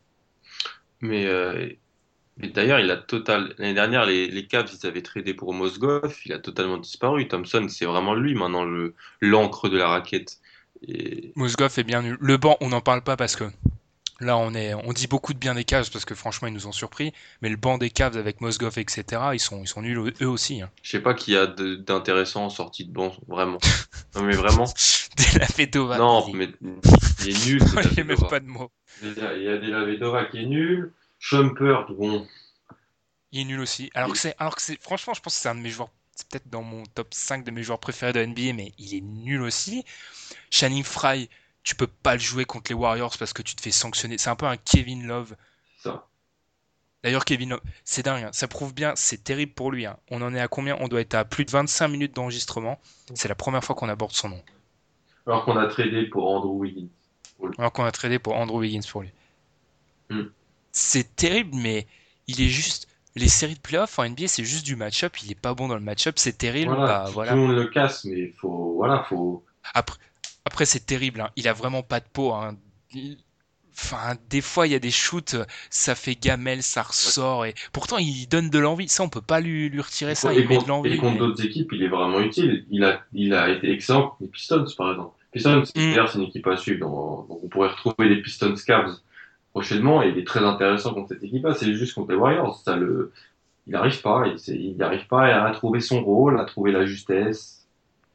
Mais, euh, mais d'ailleurs, il a total. L'année dernière, les, les Cavs, ils avaient tradé pour Mozgov, il a totalement disparu. Thompson, c'est vraiment lui maintenant le l'encre de la raquette. Et Mozgov est bien nul. Le banc, on n'en parle pas parce que là on est, on dit beaucoup de bien des Cavs parce que franchement ils nous ont surpris. Mais le banc des Cavs avec Mozgov, et cetera, ils sont, ils sont nuls eux aussi. Hein. je sais pas qui a de- d'intéressant en sortie de banc, vraiment. Non, mais vraiment. De la Vedova. Non, il est- mais il est nul. il n'y a même Vedova. pas de mots. Il y a il y a Della Vedova qui est nul. Shumpert, bon. Il est nul aussi. Alors que c'est, alors que c'est, franchement, je pense que c'est un de mes joueurs, c'est peut-être dans mon top cinq de mes joueurs préférés de N B A, mais il est nul aussi. Channing Frye, tu peux pas le jouer contre les Warriors parce que tu te fais sanctionner. C'est un peu un Kevin Love. C'est ça. D'ailleurs, Kevin Love, c'est dingue, hein. Ça prouve bien, c'est terrible pour lui. Hein. On en est à combien? On doit être à plus de vingt-cinq minutes d'enregistrement. C'est la première fois qu'on aborde son nom. Alors qu'on a tradé pour Andrew Wiggins. Alors qu'on a tradé pour Andrew Wiggins pour lui. Hmm. C'est terrible, mais il est juste. Les séries de playoffs en N B A, c'est juste du match-up. Il est pas bon dans le match-up, c'est terrible. Voilà, Bah, tout voilà. le monde le casse, mais faut, voilà, faut. Après, après c'est terrible. Hein. Il a vraiment pas de peau. Hein. Il- Enfin, des fois, il y a des shoots, ça fait gamelle, ça ressort. Et pourtant, il donne de l'envie. Ça, on peut pas lui, lui retirer ça. Et Il met de contre, l'envie. et contre mais- d'autres équipes, il est vraiment utile. Il a, il a été excellent contre les Pistons, par exemple. Pistons, c'est- Mm. d'ailleurs, c'est une équipe à suivre. Donc, donc on pourrait retrouver les Pistons Cavs prochainement. Et il est très intéressant contre cette équipe-là. C'est juste contre les Warriors. Ça le, il n'arrive pas. Il, c'est- il n'arrive pas à trouver son rôle, à trouver la justesse.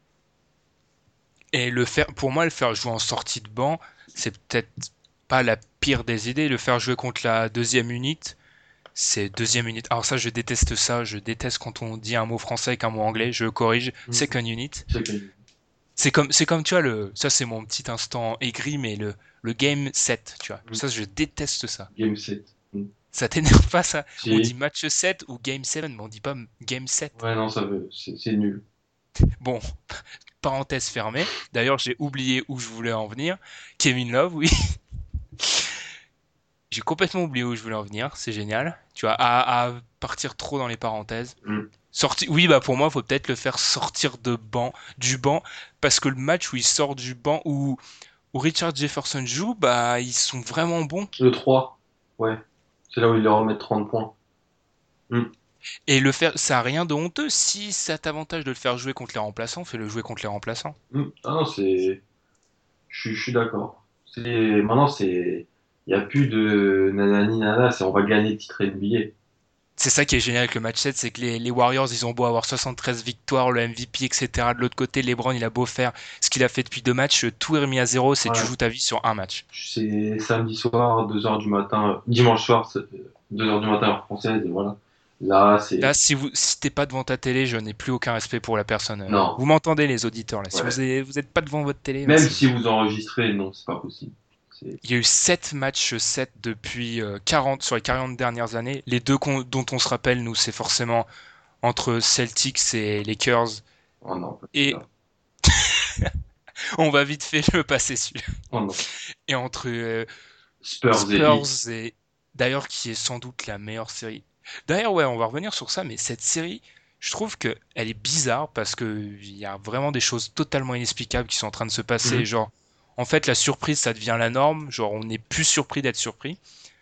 Et le faire, pour moi, le faire jouer en sortie de banc, c'est peut-être pas la pire des idées. Le faire jouer contre la deuxième unité, c'est deuxième unité. Alors ça, je déteste ça. Je déteste quand on dit un mot français avec un mot anglais. Je corrige. Mm. Second unit. C'est que- C'est comme, c'est comme, tu vois, le, ça c'est mon petit instant aigri, mais le, le game sept, tu vois. Mm. Ça, je déteste ça. Game sept. Mm. Ça t'énerve pas, ça? Si. On dit match sept ou game sept, mais on dit pas game sept. Ouais, non, ça veut, c'est c'est nul. Bon, parenthèse fermée. D'ailleurs, j'ai oublié où je voulais en venir. Kevin Love, oui. J'ai complètement oublié où je voulais en venir, c'est génial. Tu vois, à, à partir trop dans les parenthèses. Mm. Sorti... Oui, bah pour moi, faut peut-être le faire sortir de banc, du banc, parce que le match où il sort du banc, où, où Richard Jefferson joue, bah ils sont vraiment bons. Le trois, ouais. C'est là où ils leur remettent trente points. Mm. Et le faire, ça a rien de honteux. Si ça t'avantage de le faire jouer contre les remplaçants, fais-le jouer contre les remplaçants. Mm. Ah non, c'est. Je suis je suis d'accord. C'est... Maintenant, c'est. Il n'y a plus de nanani nana, c'est on va gagner le titre N B A. C'est ça qui est génial avec le match sept, c'est que les, les Warriors, ils ont beau avoir soixante-treize victoires, le M V P, et cetera. De l'autre côté, LeBron, il a beau faire ce qu'il a fait depuis deux matchs, tout est remis à zéro, c'est Ouais. tu joues ta vie sur un match. C'est samedi soir, deux heures du matin, dimanche soir, c'est deux heures du matin heure française, et voilà. Là, c'est. Là, si vous si t'es pas devant ta télé, je n'ai plus aucun respect pour la personne. Non. Vous m'entendez, les auditeurs, là. Si Ouais. vous êtes, vous êtes pas devant votre télé, Même merci. si vous enregistrez, non, c'est pas possible. C'est... Il y a eu sept matchs sept depuis euh, quarante, sur les quarante dernières années. Les deux qu'on- dont on se rappelle, nous, c'est forcément entre Celtics et Lakers. Oh non, pas Et celui-là. on va vite fait le passer celui-là. Oh non. Et entre euh, Spurs, Spurs et Heat. et d'ailleurs qui est sans doute la meilleure série. D'ailleurs ouais, on va revenir sur ça, mais cette série, je trouve que elle est bizarre parce que il y a vraiment des choses totalement inexplicables qui sont en train de se passer. Mhm. Genre, en fait, la surprise, ça devient la norme. Genre, on n'est plus surpris d'être surpris.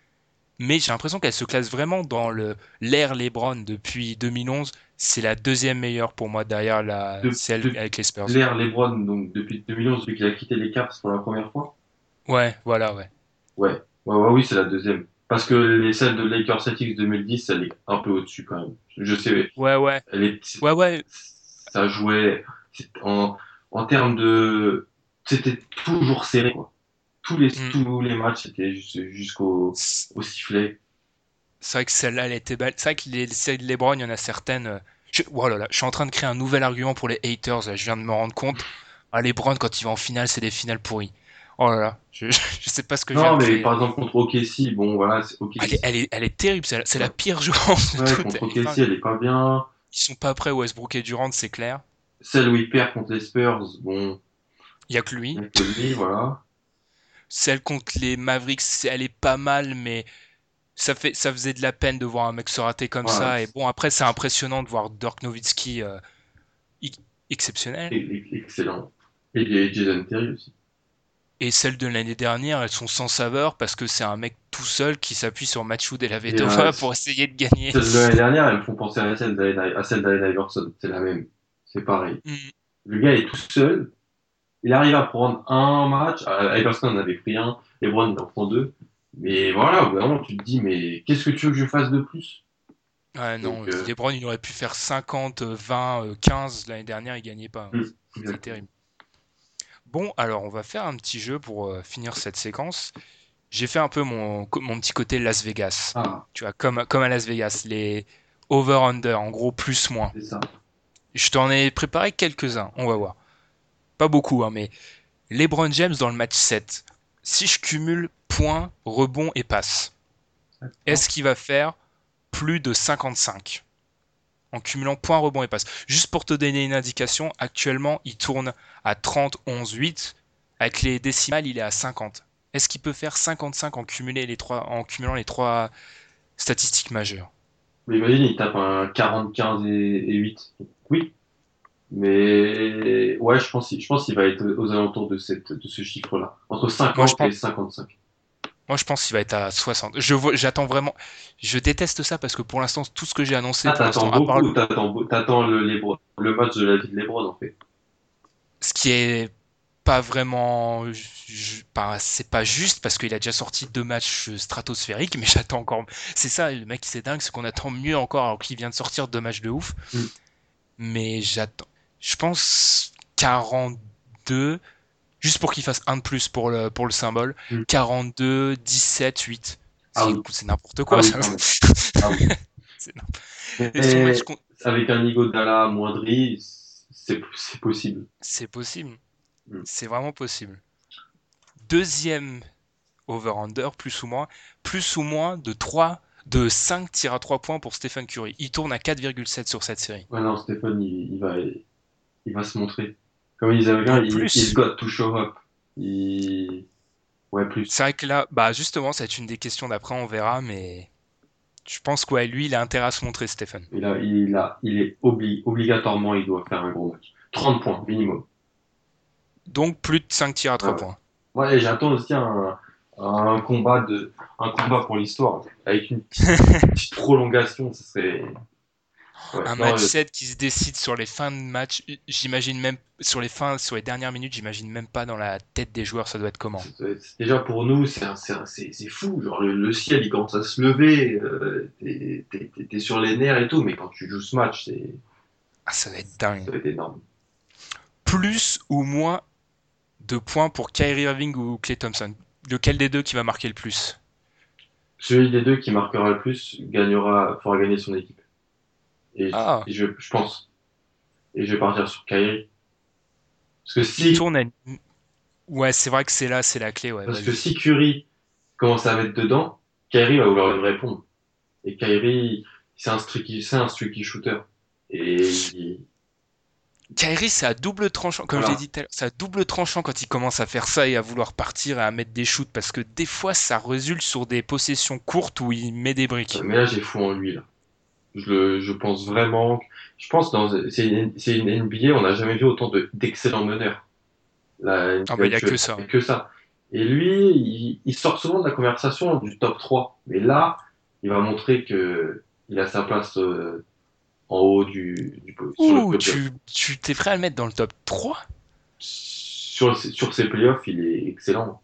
Mais j'ai l'impression qu'elle se classe vraiment dans le l'ère LeBron depuis deux mille onze. C'est la deuxième meilleure pour moi derrière la De- celle de- avec les Spurs. L'ère LeBron, donc depuis deux mille onze, depuis qu'il a quitté les Caps pour la première fois. Ouais, voilà, ouais. Ouais, ouais, ouais, oui, c'est la deuxième. Parce que les celles de Lakers Celtics deux mille dix, elle est un peu au-dessus quand même. Je sais, Ouais, ouais. elle est, Ouais, ouais. ça jouait c'est- en, en termes de, c'était toujours serré, quoi. Tous les, Mm. tous les matchs, c'était jus- jusqu'au C'est au sifflet. c'est vrai que celle-là, elle était belle. C'est vrai que les, les séries de LeBron, il y en a certaines. euh, Je... Oh là là, je suis en train de créer un nouvel argument pour les haters, là, je viens de me rendre compte. Ah, LeBron, quand il va en finale, c'est des finales pourries. Oh là là, je, je sais pas ce que je viens Non, de mais créer. par exemple, contre O K C, bon, voilà, c'est O K C. Elle est, elle est, elle est terrible, c'est la, c'est la pire jouance de Ouais, toutes. contre O Enfin, K C, elle est pas bien. ils sont pas prêts, Westbrook et Durant, c'est clair. Celle où il perd contre les Spurs, bon, Il y a que lui. il y a que lui, voilà. Celle contre les Mavericks, c'est- elle est pas mal, mais ça fait, ça faisait de la peine de voir un mec se rater comme Voilà. ça. Et bon, après, c'est impressionnant de voir Dirk Nowitzki euh, i- exceptionnel. Et- et- Excellent. Et il y a Jason Terry aussi. Et celles de l'année dernière, elles sont sans saveur parce que c'est un mec tout seul qui s'appuie sur Matchwood et la Et, Vedova euh, pour essayer de gagner. Celles de l'année dernière, elles me font penser à celle d'Allen à celle d'Allen Iverson. C'est la même. C'est pareil. Mm. Le gars est tout seul. Il arrive à prendre un match. Euh, Iverson en avait pris un. LeBron il en prend deux. Mais voilà, au bout d'un moment, tu te dis, mais qu'est-ce que tu veux que je fasse de plus? Ouais, non, Donc, euh, LeBron, il aurait pu faire cinquante, vingt, euh, quinze l'année dernière, il gagnait pas. Mm, C'est exactement. terrible. Bon, alors on va faire un petit jeu pour euh, finir cette séquence. J'ai fait un peu mon, mon petit côté Las Vegas. Ah, Tu vois, comme, comme à Las Vegas, les over-under, en gros, plus-moins. c'est ça. Je t'en ai préparé quelques-uns, on va voir. Pas beaucoup, hein, mais LeBron James dans le match sept. Si je cumule points, rebonds et passes, est-ce qu'il va faire plus de cinquante-cinq en cumulant points, rebonds et passes? Juste pour te donner une indication, actuellement, il tourne à trente, onze, huit. Avec les décimales, il est à cinquante. Est-ce qu'il peut faire cinquante-cinq en, cumulé les trois, en cumulant les trois statistiques majeures? Mais imagine, il tape un quarante, quinze et, et huit. Oui. Mais ouais, je pense, je pense qu'il va être aux alentours de, cette, de ce chiffre-là. Entre Moi, je cinquante pense- et cinquante-cinq. Moi, je pense qu'il va être à soixante. Je vois, j'attends vraiment. Je déteste ça parce que pour l'instant, tout ce que j'ai annoncé Ah, pour t'attends l'instant, à part beaucoup, t'attends, beau- t'attends le, Lebron- le match de la vie de Lebron, en fait. ce qui est pas vraiment, ju- pas- c'est pas juste parce qu'il a déjà sorti deux matchs stratosphériques, mais j'attends encore. C'est ça, le mec, c'est dingue, c'est qu'on attend mieux encore alors qu'il vient de sortir deux matchs de ouf. Mm. Mais j'attends, je pense quarante-deux, juste pour qu'il fasse un de plus pour le pour le symbole. Mm. quarante-deux, dix-sept, huit. Ah C'est oui. c'est n'importe quoi. Ah oui, ça. quand même. Ah oui. C'est n'importe- Et son Mais match con- avec un Iguodala amoindri, c'est c'est possible. C'est possible. Mm. C'est vraiment possible. Deuxième over-under, plus ou moins. Plus ou moins de trois, de cinq tirs à trois points pour Stephen Curry. Il tourne à quatre virgule sept sur cette série. Ouais, non, Stéphane, il, il va, il va se montrer. Comme ils avaient En dit, il, plus- il got to show up. Il, Ouais, plus. C'est vrai que là, bah justement, ça va être une des questions d'après, on verra, mais je pense que ouais, lui, il a intérêt à se montrer, Stephen. Il a, il a, il est obli- obligatoirement, il doit faire un gros match. trente points minimum. Donc plus de cinq tirs à trois Ouais. points. Ouais, et j'attends aussi un, un combat de, un combat pour l'histoire avec une petite, petite prolongation. Ce serait. Ouais, Un non, match euh, sept qui se décide sur les fins de match, j'imagine même sur les fins, sur les dernières minutes, j'imagine même pas dans la tête des joueurs, ça doit être comment. c'est- c'est- déjà pour nous, c'est un- c'est un- c'est- c'est fou. Genre le, le ciel, il commence à se lever. Euh, t'es, t'es- t'es- t'es sur les nerfs et tout, mais quand tu joues ce match, c'est, Ah, ça va être ça dingue. va être énorme. Plus ou moins de points pour Kyrie Irving ou Klay Thompson. Lequel des deux qui va marquer le plus? Celui des deux qui marquera le plus gagnera, fera gagner son équipe. Et, Ah, et je, je pense. Et je vais partir sur Kyrie. Parce que il si, tourne à... Ouais, c'est vrai que c'est là, c'est la clé, ouais, parce que vas-y. si Curry commence à mettre dedans, Kyrie va vouloir lui répondre. Et Kyrie, c'est un streaky, c'est un streaky shooter. Et il- Kyrie, c'est à double tranchant, comme je l'ai voilà. dit tout à l'heure, c'est à double tranchant quand il commence à faire ça et à vouloir partir et à mettre des shoots, parce que des fois, ça résulte sur des possessions courtes où il met des briques. Mais là, j'ai fou en lui, là. Je, le, je pense vraiment. Je pense dans c'est une, c'est une N B A, on n'a jamais vu autant de, d'excellents meneurs. La Ah bah, il y a que actuelle, ça. il y a que ça. Et lui, il, il sort souvent de la conversation du top trois. Mais là, il va montrer que il a sa place euh, en haut du, du sur le Ouh, podium. tu, tu t'es prêt à le mettre dans le top trois? Sur, sur ses playoffs, il est excellent.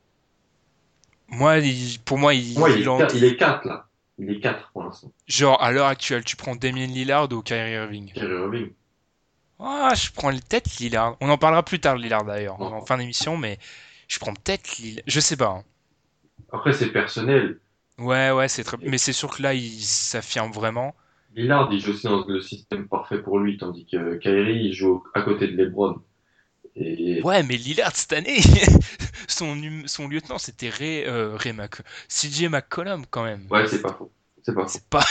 Moi, il- pour moi, il, Pour moi, il il est, en- quatre- il est quatre là. Il est quatre pour l'instant. genre, à l'heure actuelle, tu prends Damien Lillard ou Kyrie Irving? Kyrie Irving. Ah, je prends peut-être Lillard. On en parlera plus tard, Lillard, d'ailleurs, Bon. en fin d'émission, mais je prends peut-être Lillard. Je sais pas, hein. Après, c'est personnel. Ouais, ouais, c'est très... Mais c'est sûr que là, il s'affirme vraiment. Lillard, il joue aussi dans le système parfait pour lui, tandis que Kyrie, il joue à côté de LeBron. Et Ouais, mais Lillard, cette année, son, hum- son lieutenant, c'était Ray, euh, Ray Mc... C J McCollum, quand même. ouais, c'est pas faux. C'est pas faux. C'est pas...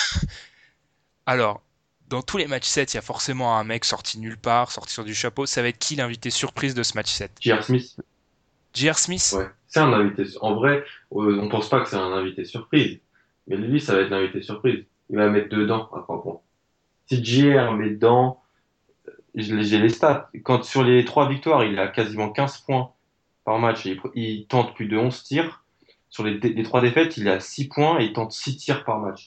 Alors, dans tous les matchs sept, il y a forcément un mec sorti nulle part, sorti sur du chapeau. Ça va être qui l'invité surprise de ce match sept? J R. Smith, J R. Smith? ouais. C'est un invité. En vrai, euh, on pense pas que c'est un invité surprise. Mais lui, ça va être l'invité surprise. Il va mettre dedans à trois points. Si J R met dedans, je- j'ai les stats. Quand sur les trois victoires, il a quasiment quinze points par match. Et il, il tente plus de onze tirs. Sur les, les trois défaites, il a six points et il tente six tirs par match.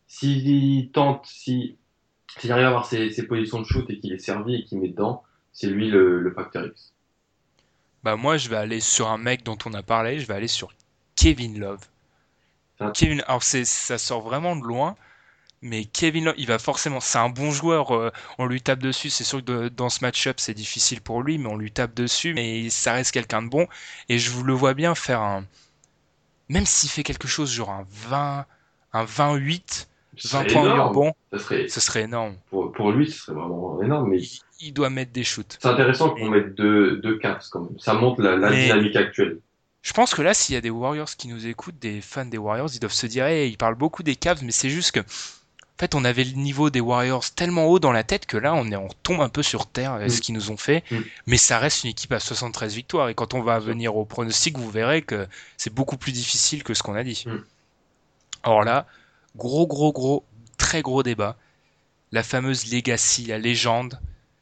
S'il tente, si, s'il arrive à avoir ses, ses positions de shoot et qu'il est servi et qu'il met dedans, c'est lui le, le facteur X. Bah moi, je vais aller sur un mec dont on a parlé. Je vais aller sur Kevin Love. Ah. Kevin, alors c'est, ça sort vraiment de loin, mais Kevin Love, il va forcément. C'est un bon joueur. euh, on lui tape dessus. C'est sûr que de- dans ce match-up, c'est difficile pour lui, mais on lui tape dessus. Mais ça reste quelqu'un de bon. Et je vous le vois bien faire un. Même s'il fait quelque chose, genre un vingt, un vingt-huit, Ce vingt serait points énorme. rebond, Ça serait, ce serait énorme. pour, pour lui, ce serait vraiment énorme. Mais Il, il doit mettre des shoots. c'est intéressant qu'on mette deux, deux Cavs quand même. Ça montre la, la Mais- dynamique actuelle. Je pense que là, s'il y a des Warriors qui nous écoutent, des fans des Warriors, ils doivent se dire, hey, ils parlent beaucoup des Cavs, mais c'est juste que, en fait, on avait le niveau des Warriors tellement haut dans la tête que là, on, est, on tombe un peu sur terre avec Mm. ce qu'ils nous ont fait. Mm. Mais ça reste une équipe à soixante-treize victoires. Et quand on va venir au pronostic, vous verrez que c'est beaucoup plus difficile que ce qu'on a dit. Mm. Alors là, gros, gros, gros, très gros débat. La fameuse legacy, la légende.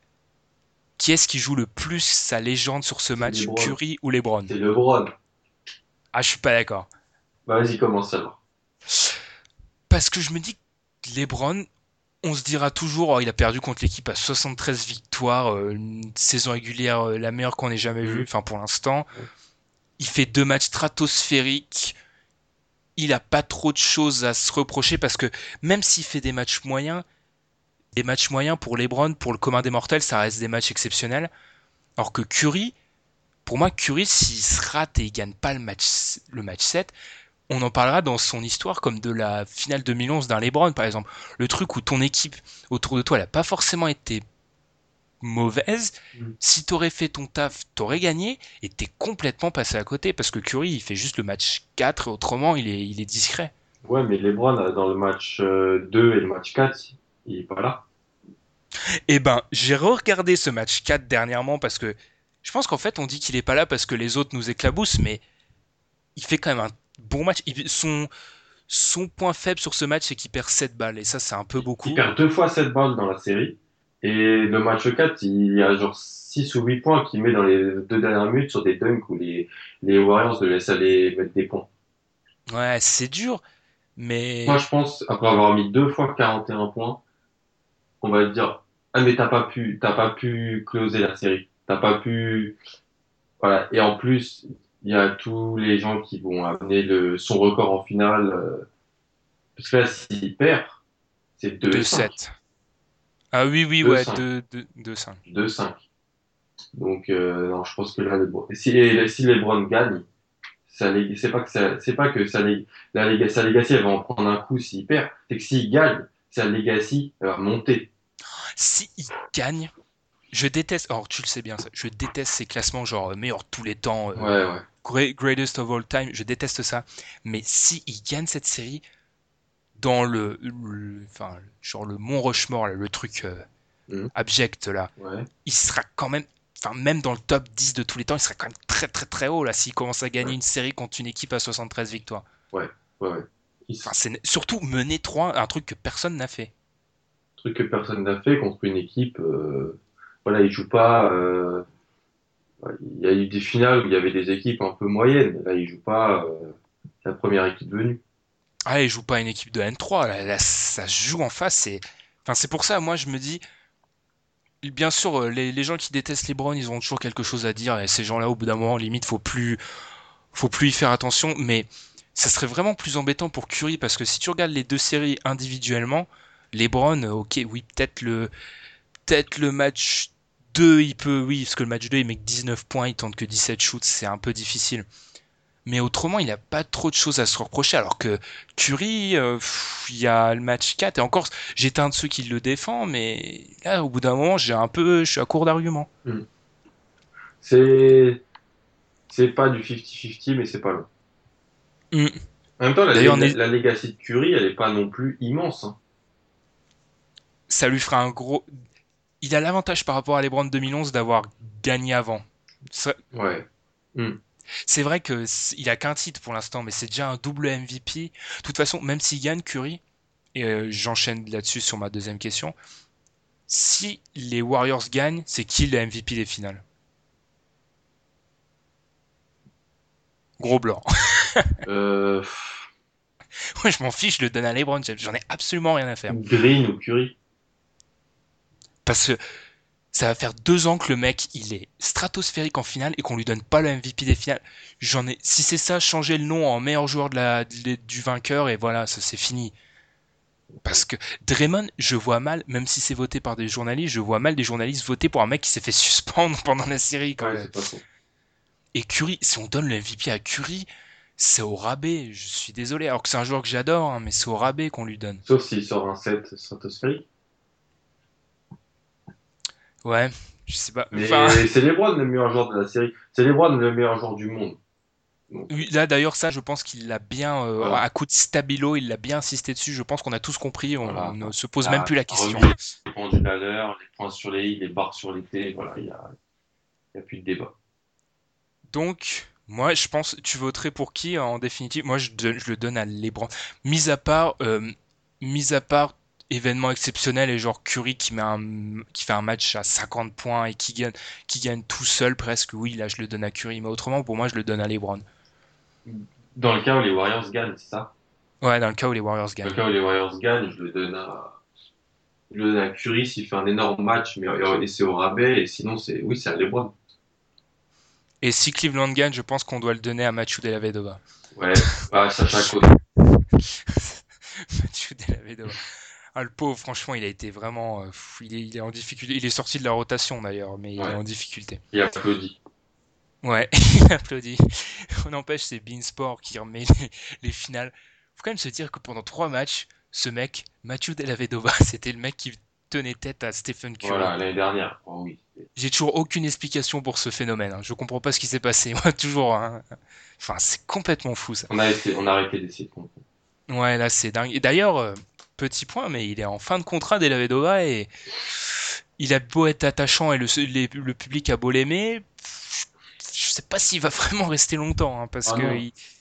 Qui est-ce qui joue le plus sa légende sur ce match, LeBron. Curry ou LeBron? C'est LeBron. Ah, je suis pas d'accord. Bah, vas-y, commence alors. Parce que je me dis que LeBron, on se dira toujours, oh, il a perdu contre l'équipe à soixante-treize victoires, euh, une saison régulière euh, la meilleure qu'on ait jamais vue, enfin pour l'instant. Il fait deux matchs stratosphériques. Il a pas trop de choses à se reprocher parce que même s'il fait des matchs moyens, des matchs moyens pour LeBron, pour le commun des mortels, ça reste des matchs exceptionnels. Alors que Curry, pour moi, Curry, s'il se rate et il gagne pas le match, le match sept, on en parlera dans son histoire comme de la finale deux mille onze d'un LeBron, par exemple. Le truc où ton équipe autour de toi, elle a pas forcément été mauvaise. Mm. Si t'aurais fait ton taf, t'aurais gagné et t'es complètement passé à côté parce que Curry, il fait juste le match quatre et autrement, il est, il est discret. Ouais, mais LeBron, euh, dans le match euh, deux et le match quatre, il est pas là. Eh ben, j'ai re-regardé ce match quatre dernièrement parce que je pense qu'en fait, on dit qu'il est pas là parce que les autres nous éclaboussent, mais il fait quand même un bon match. Il, son, son point faible sur ce match, c'est qu'il perd sept balles. Et ça, c'est un peu beaucoup. Il perd deux fois sept balles dans la série. Et le match quatre, il y a genre six ou huit points qu'il met dans les deux dernières minutes sur des dunks où les, les Warriors le laissent aller mettre des points. Ouais, c'est dur. Mais. Moi, je pense, après avoir mis deux fois quarante et un points, on va te dire, ah, mais t'as pas pu, t'as pas pu closer la série. T'as pas pu, voilà. Et en plus, il y a tous les gens qui vont amener le, son record en finale, euh, parce que là, s'il perd, c'est deux cinq. deux sept. Ah oui, oui, deux ouais, cinq. deux cinq. deux cinq. Donc, euh, non, je pense que là, les, si les, si les Browns gagnent, ça, c'est pas que ça, c'est pas que ça, la, sa legacy, elle va en prendre un coup s'il perd. C'est que s'il gagne, sa legacy, elle va monter. Si il gagne, je déteste, or tu le sais bien ça, je déteste ces classements genre meilleur de tous les temps, euh, Ouais, ouais. great, greatest of all time, je déteste ça. Mais si il gagne cette série, dans le, le enfin, genre le Mont Rushmore, là, le truc euh, Mmh. abject là, Ouais. il sera quand même, enfin même dans le top dix de tous les temps, il sera quand même très très très haut là s'il commence à gagner Ouais. une série contre une équipe à soixante-treize victoires. Ouais, ouais, ouais. Il... Enfin, c'est surtout mener trois, un truc que personne n'a fait. Truc que personne n'a fait contre une équipe. Euh... Voilà, il joue pas. Euh... Il y a eu des finales où il y avait des équipes un peu moyennes. Là, il joue pas euh... la première équipe venue. Ah, il joue pas une équipe de N trois, là, là ça se joue en face. C'est, enfin, c'est pour ça, moi, je me dis, bien sûr, les, les gens qui détestent les Browns, ils ont toujours quelque chose à dire, et ces gens-là, au bout d'un moment, limite, faut plus, faut plus y faire attention. Mais ça serait vraiment plus embêtant pour Curry, parce que si tu regardes les deux séries individuellement, les Browns, ok, oui, peut-être le, peut-être le match deux, il peut, oui, parce que le match deux, il met que dix-neuf points, il tente que dix-sept shoots, c'est un peu difficile. Mais autrement, il n'a pas trop de choses à se reprocher. Alors que Curry, euh, pff, il y a le match quatre. Et encore, j'étais un de ceux qui le défend, mais là, au bout d'un moment, j'ai un peu, je suis à court d'arguments. Mmh. C'est, c'est pas du cinquante cinquante, mais c'est pas loin. Mmh. En même temps, la, D'ailleurs, la, n'est- la legacy de Curry, elle est pas non plus immense. Hein. ça lui fera un gros. Il a l'avantage par rapport à LeBron deux mille onze d'avoir gagné avant. Ça- Ouais. Mmh. C'est vrai que c- il a qu'un titre pour l'instant, mais c'est déjà un double M V P. De toute façon, même s'il gagne Curry, et euh, j'enchaîne là-dessus sur ma deuxième question, si les Warriors gagnent, c'est qui le M V P des finales? Gros blanc. Euh, Moi, je m'en fiche, je le donne à LeBron James. J'en ai absolument rien à faire. Green ou Curry. Parce que ça va faire deux ans que le mec, il est stratosphérique en finale et qu'on lui donne pas le M V P des finales. J'en ai, si c'est ça, changer le nom en meilleur joueur de la, de- du vainqueur et voilà, ça c'est fini. Parce que Draymond, je vois mal, même si c'est voté par des journalistes, je vois mal des journalistes voter pour un mec qui s'est fait suspendre pendant la série quand Ouais, même. c'est pas faux. Et Curry, si on donne le M V P à Curry, c'est au rabais. Je suis désolé, alors que c'est un joueur que j'adore, hein, mais c'est au rabais qu'on lui donne. Sauf s'il sort un set stratosphérique. Ouais, je sais pas. Mais Enfin, c'est LeBron le meilleur joueur de la série. C'est LeBron le meilleur joueur du monde. Donc, oui, là d'ailleurs ça, je pense qu'il l'a bien, euh, voilà. à coup de stabilo, il l'a bien insisté dessus. Je pense qu'on a tous compris, on, Voilà. on ne se pose Ah, même plus la question. revu les pendules à l'heure, les points sur les i, les barres sur les t, voilà, il y a, il y a plus de débat. Donc, moi, je pense, tu voterais pour qui en définitive? Moi, je, donne- je le donne à LeBron. Mis à part, euh, mis à part événement exceptionnel et genre Curry qui met un, qui fait un match à cinquante points et qui gagne, qui gagne tout seul presque. Oui, là, je le donne à Curry, mais autrement, pour moi, je le donne à LeBron. Dans le cas où les Warriors gagnent, c'est ça? Ouais, dans le cas où les Warriors Dans le gagnent. cas où les Warriors gagnent, je le donne à, je le donne à Curry s'il fait un énorme match, mais et c'est au rabais, et sinon c'est, oui, c'est à LeBron. Et si Cleveland gagne, je pense qu'on doit le donner à Mathieu Dellavedova. Ouais, ah, Sacha Code. Mathieu Dellavedova. Ah, le pauvre, franchement, il a été vraiment, euh, pff, il est, il est en difficulté. Il est sorti de la rotation d'ailleurs, mais il Ouais. est en difficulté. Il applaudit. Ouais, il applaudit. On empêche, c'est Beansport qui remet les, les finales. Faut quand même se dire que pendant trois matchs, ce mec, Mathieu Dellavedova, c'était le mec qui tenait tête à Stephen Curry. Voilà, l'année dernière. Oh, oui. J'ai toujours aucune explication pour ce phénomène. Hein. Je comprends pas ce qui s'est passé. Moi, toujours. Hein. Enfin, c'est complètement fou ça. On a essayé, on a arrêté d'essayer de comprendre. Ouais, là, c'est dingue. Et d'ailleurs, euh, petit point, mais il est en fin de contrat Dellavedova et il a beau être attachant et le, les- le public a beau l'aimer, je sais pas s'il va vraiment rester longtemps, hein, parce Ah que non. il,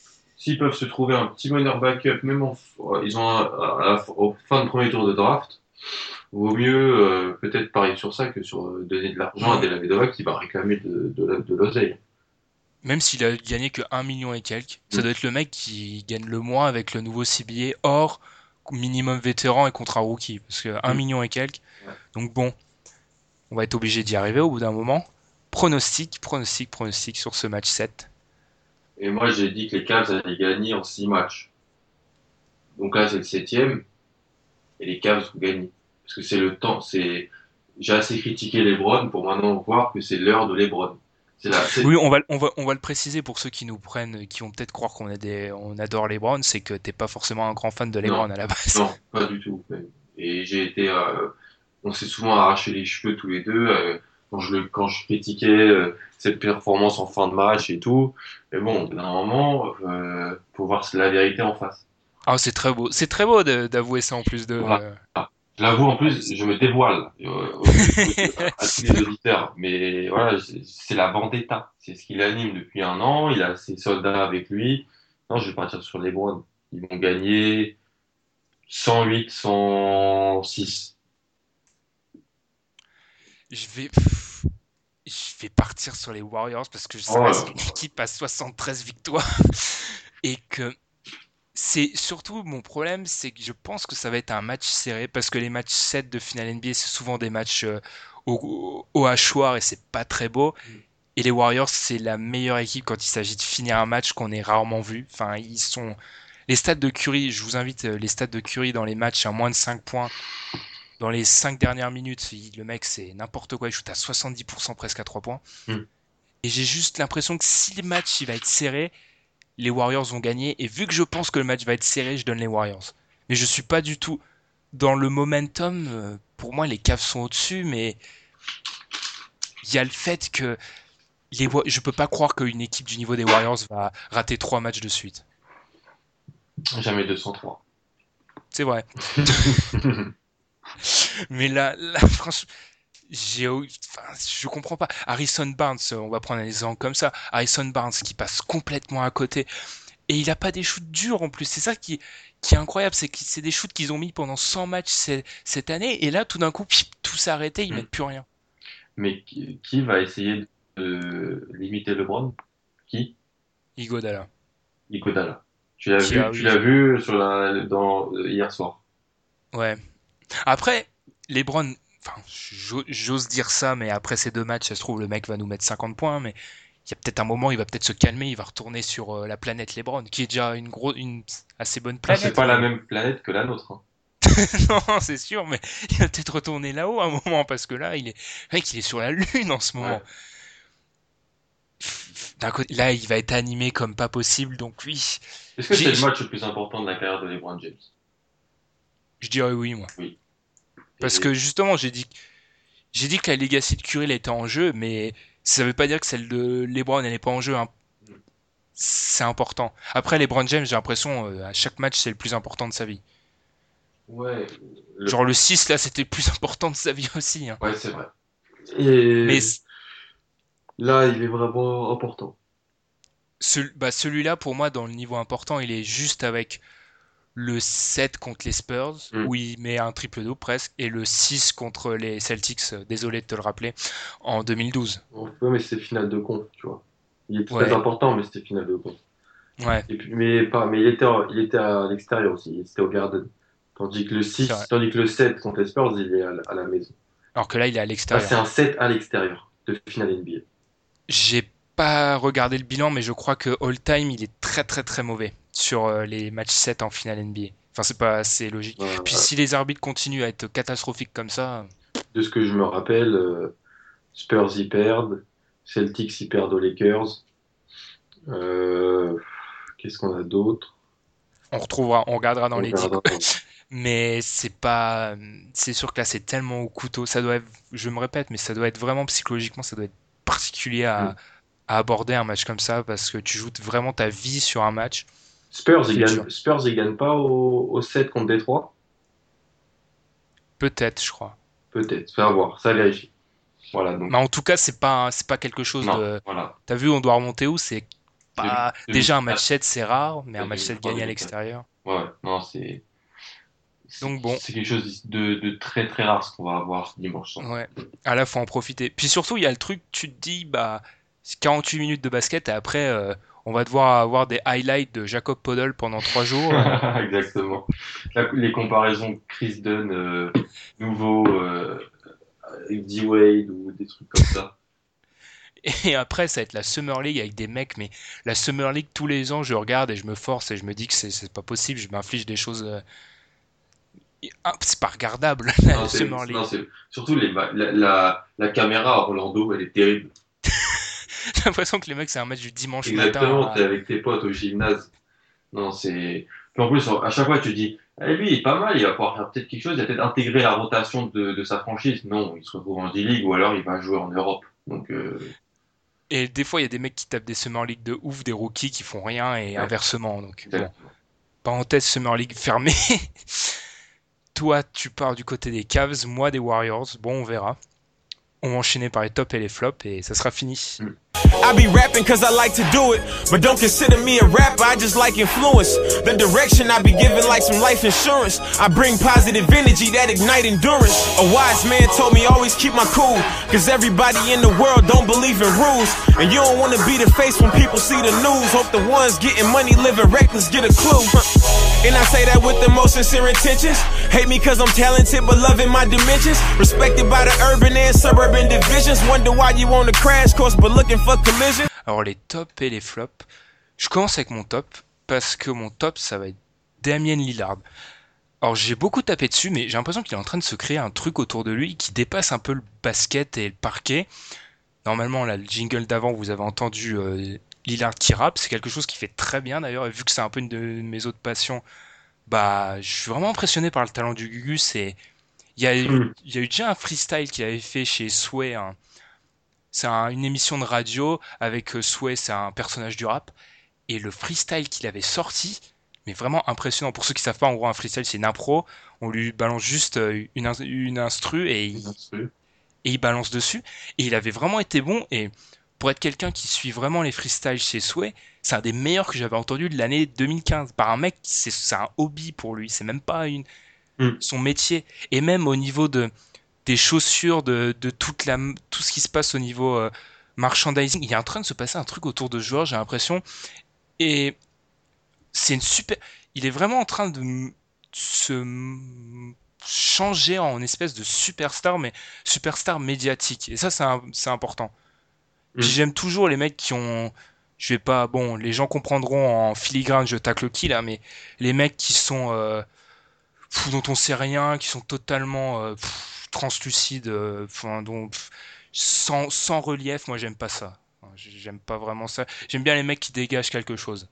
s'ils peuvent se trouver un petit meneur backup, même en, ils ont un, à la, au fin de premier tour de draft, vaut mieux euh, peut-être parier sur ça que sur euh, donner de l'argent à Della Vedova qui va réclamer de, de, de, de l'oseille. Même s'il a gagné que un million et quelques, ça Mm. doit être le mec qui gagne le moins avec le nouveau C B A hors minimum vétéran et contrat rookie. Parce que un Mm. million et quelques. Ouais. Donc bon, on va être obligé d'y arriver au bout d'un moment. Pronostic, pronostic, pronostic sur ce match sept. Et moi, j'ai dit que les Cavs allaient gagner en six matchs. Donc là, c'est le septième. Et les Cavs vont gagner. Parce que c'est le temps. C'est... J'ai assez critiqué LeBron pour maintenant voir que c'est l'heure de LeBron. C'est la... c'est... Oui, on va, on, va, on va le préciser pour ceux qui nous prennent, qui vont peut-être croire qu'on a des, on adore LeBron, c'est que t'es pas forcément un grand fan de LeBron Non. à la base. Non, pas du tout. Même. Et j'ai été... Euh... On s'est souvent arraché les cheveux tous les deux. Euh... Quand je, le, quand je critiquais euh, cette performance en fin de match et tout. Mais bon, au bout d'un moment, euh, pour voir la vérité en face. Ah, c'est très beau. C'est très beau de, d'avouer ça en plus de. Voilà. Je l'avoue, en plus, je me dévoile euh, au- au- à tous les auditeurs. Mais voilà, c'est c'est la vendetta. C'est ce qui l'anime depuis un an. Il a ses soldats avec lui. Non, je vais partir sur les Browns. Ils vont gagner cent huit, cent six. Je vais. Je vais partir sur les Warriors parce que ça Oh là reste là. une équipe à soixante-treize victoires et que c'est surtout mon problème, c'est que je pense que ça va être un match serré parce que les matchs sept de finale N B A c'est souvent des matchs euh, au, au hachoir et c'est pas très beau. Et les Warriors c'est la meilleure équipe quand il s'agit de finir un match qu'on ait rarement vu. Enfin ils sont les stats de Curry, je vous invite euh, les stats de Curry dans les matchs à moins de cinq points. Dans les cinq dernières minutes, il- le mec, c'est n'importe quoi. Il shoot à soixante-dix pour cent presque à trois points. Mm. Et j'ai juste l'impression que si le match il va être serré, les Warriors vont gagner. Et vu que je pense que le match va être serré, je donne les Warriors. Mais je suis pas du tout dans le momentum. euh, Pour moi, les Cavs sont au-dessus, mais il y a le fait que les, Wa- je peux pas croire qu'une équipe du niveau des Warriors va rater trois matchs de suite. Jamais deux cent trois. C'est vrai. Mais là, là franchement, j'ai, enfin, je comprends pas. Harrison Barnes, on va prendre un exemple comme ça. Harrison Barnes qui passe complètement à côté. Et il a pas des shoots durs en plus. C'est ça qui, qui est incroyable. C'est que c'est des shoots qu'ils ont mis pendant cent matchs c- cette année. Et là, tout d'un coup, pip, tout s'est arrêté. Ils Mm. mettent plus rien. Mais qui, qui va essayer de limiter LeBron? Qui? Iguodala. Iguodala. Tu l'as Qui vu, a- tu oui. l'as vu sur la, dans, hier soir. Ouais. Après, LeBron, enfin, j'o- j'ose dire ça, mais après ces deux matchs, ça se trouve, le mec va nous mettre cinquante points, mais il y a peut-être un moment, il va peut-être se calmer, il va retourner sur euh, la planète LeBron, qui est déjà une grosse, une assez bonne Ah, c'est planète. pas la mais- même planète que la nôtre. Hein. Non, c'est sûr, mais il va peut-être retourner là-haut à un moment, parce que là, il est, le mec, il est sur la Lune en ce moment. Ouais. D'un côté, là, il va être animé comme pas possible, donc oui, Est-ce que J'ai- c'est le match le plus important de la carrière de LeBron James? je dirais oui, moi. Oui. Parce Et- que justement, j'ai dit, j'ai dit que la legacy de Curry elle était en jeu, mais ça veut pas dire que celle de LeBron elle n'est pas en jeu. Hein. C'est important. Après, LeBron James, j'ai l'impression, euh, à chaque match, c'est le plus important de sa vie. Ouais, le- Genre le six, là, c'était le plus important de sa vie aussi. Hein. ouais, c'est vrai. Et Mais c- là, il est vraiment important. ce- bah, celui-là, pour moi, dans le niveau important, il est juste avec le sept contre les Spurs, Mm. où il met un triple-double presque, et le six contre les Celtics, euh, désolé de te le rappeler, en deux mille douze. Ouais, mais c'était finale de conf, tu vois. Il était Ouais. très important, mais c'était finale de conf. Ouais, Et puis, mais pas, mais il était, en- il était à l'extérieur aussi. C'était au Garden. Tandis que le six, C'est vrai. tandis que le sept contre les Spurs, il est à, la- à la maison. alors que là, il est à Ah, l'extérieur. c'est un sept à l'extérieur de finale N B A. J'ai pas regardé le bilan, mais je crois que all time il est très très très mauvais sur euh, les matchs sept en finale N B A. Enfin, c'est pas assez logique. Euh, Puis si les arbitres continuent à être catastrophiques comme ça, de ce que je me rappelle, euh, Spurs y perdent, Celtics y perdent aux Lakers. Euh, qu'est-ce qu'on a d'autre? on retrouvera, on regardera dans On les dix. verra dans- Mais c'est pas, c'est sûr que là c'est tellement au couteau. Ça doit, être, je me répète, mais ça doit être vraiment psychologiquement, ça doit être particulier à, Mm. à aborder un match comme ça parce que tu joues vraiment ta vie sur un match. Spurs, ils C'est gagnent, dur. Spurs, ils gagnent pas au, au sept contre Détroit? Peut-être, je crois. Peut-être, faire voir, ça vérifie. Voilà, donc. Mais en tout cas, c'est pas, c'est pas quelque chose Non, de. voilà. T'as vu, on doit remonter où? C'est pas. C'est- Déjà, un match sept, c'est rare, mais un c'est- match sept c'est- gagné à l'extérieur. Ouais, non, c'est. c'est- Donc bon. C'est quelque chose de, de très très rare ce qu'on va avoir dimanche soir. Ouais. Ah là, faut en profiter. Puis surtout, il y a le truc, tu te dis, bah, c'est quarante-huit minutes de basket et après, euh, on va devoir avoir des highlights de Jacob Podol pendant trois jours. Exactement. La- les comparaisons Chris Dunn, euh, nouveau euh, avec D-Wade ou des trucs comme ça. Et après, ça va être la Summer League avec des mecs, mais la Summer League, tous les ans, je regarde et je me force et je me dis que c'est, c'est pas possible, je m'inflige des choses. euh, ah, c'est pas regardable, la Non, c'est, Summer League. non, c'est surtout les, ma- la, la, la caméra à Orlando, elle est terrible. J'ai l'impression que les mecs, c'est un match du dimanche Exactement, matin. t'es avec tes potes au gymnase. Non, c'est. Puis en plus, à chaque fois, tu te dis, eh, lui, il est pas mal, il va pouvoir faire peut-être quelque chose, il va peut-être intégrer la rotation de, de sa franchise. Non, il se retrouve en D-League ou alors il va jouer en Europe. Donc, euh, Et des fois, il y a des mecs qui tapent des Summer League de ouf, des rookies qui font rien et Ouais. inversement. Donc, bon. exactement. Parenthèse Summer League fermée. Toi, tu pars du côté des Cavs, moi des Warriors. Bon, on verra. On va enchaîner par les tops et les flops et ça sera fini. I be rapping cause I like to do it, but don't consider me a rapper, I just like influence. The direction I be giving like some life insurance. I bring positive energy that ignite endurance. A wise man told me always keep my cool, cause everybody in the world don't believe in rules. And you don't wanna be the face when people see the news. Hope the ones getting money living reckless get a clue. And I say that with the most sincere intentions. Hate me cause I'm talented but loving my dimensions. Respected by the urban and suburban divisions. Wonder why you on a crash course but looking for collision. Alors, les tops et les flops. Je commence avec mon top parce que mon top, ça va être Damian Lillard. Alors, j'ai beaucoup tapé dessus, mais j'ai l'impression qu'il est en train de se créer un truc autour de lui qui dépasse un peu le basket et le parquet. Normalement, là, le jingle d'avant, vous avez entendu euh, Lillard qui rappe. C'est quelque chose qui fait très bien d'ailleurs. Et vu que c'est un peu une de mes autres passions, bah, je suis vraiment impressionné par le talent du Gugus. Et il y a eu, Mm. il y a eu déjà un freestyle qu'il avait fait chez Sway. Hein. C'est un- une émission de radio avec euh, Sway, c'est un personnage du rap. Et le freestyle qu'il avait sorti, mais vraiment impressionnant. Pour ceux qui savent pas, en gros, un freestyle, c'est une impro. On lui balance juste euh, une, in- une instru et il, et il balance dessus. Et il avait vraiment été bon. Et pour être quelqu'un qui suit vraiment les freestyles chez Sway, c'est un des meilleurs que j'avais entendu de l'année deux mille quinze. Par un mec, c'est, c'est un hobby pour lui. C'est même pas une, Mm. son métier. Et même au niveau de, des chaussures, de, de toute la, tout ce qui se passe au niveau euh, merchandising, il est en train de se passer un truc autour de ce joueur, j'ai l'impression. Et c'est une super. Il est vraiment en train de m- se m- changer en espèce de superstar, mais superstar médiatique. Et ça, c'est un- c'est important. Puis Mm. j'aime toujours les mecs qui ont. Je vais pas. Bon, les gens comprendront en filigrane, je tacle qui là, mais les mecs qui sont. euh, pff, dont on sait rien, qui sont totalement euh, pff, translucides, euh, enfin, dont, pff, sans, sans relief, moi j'aime pas ça. Enfin, J'aime pas vraiment ça. J'aime bien les mecs qui dégagent quelque chose.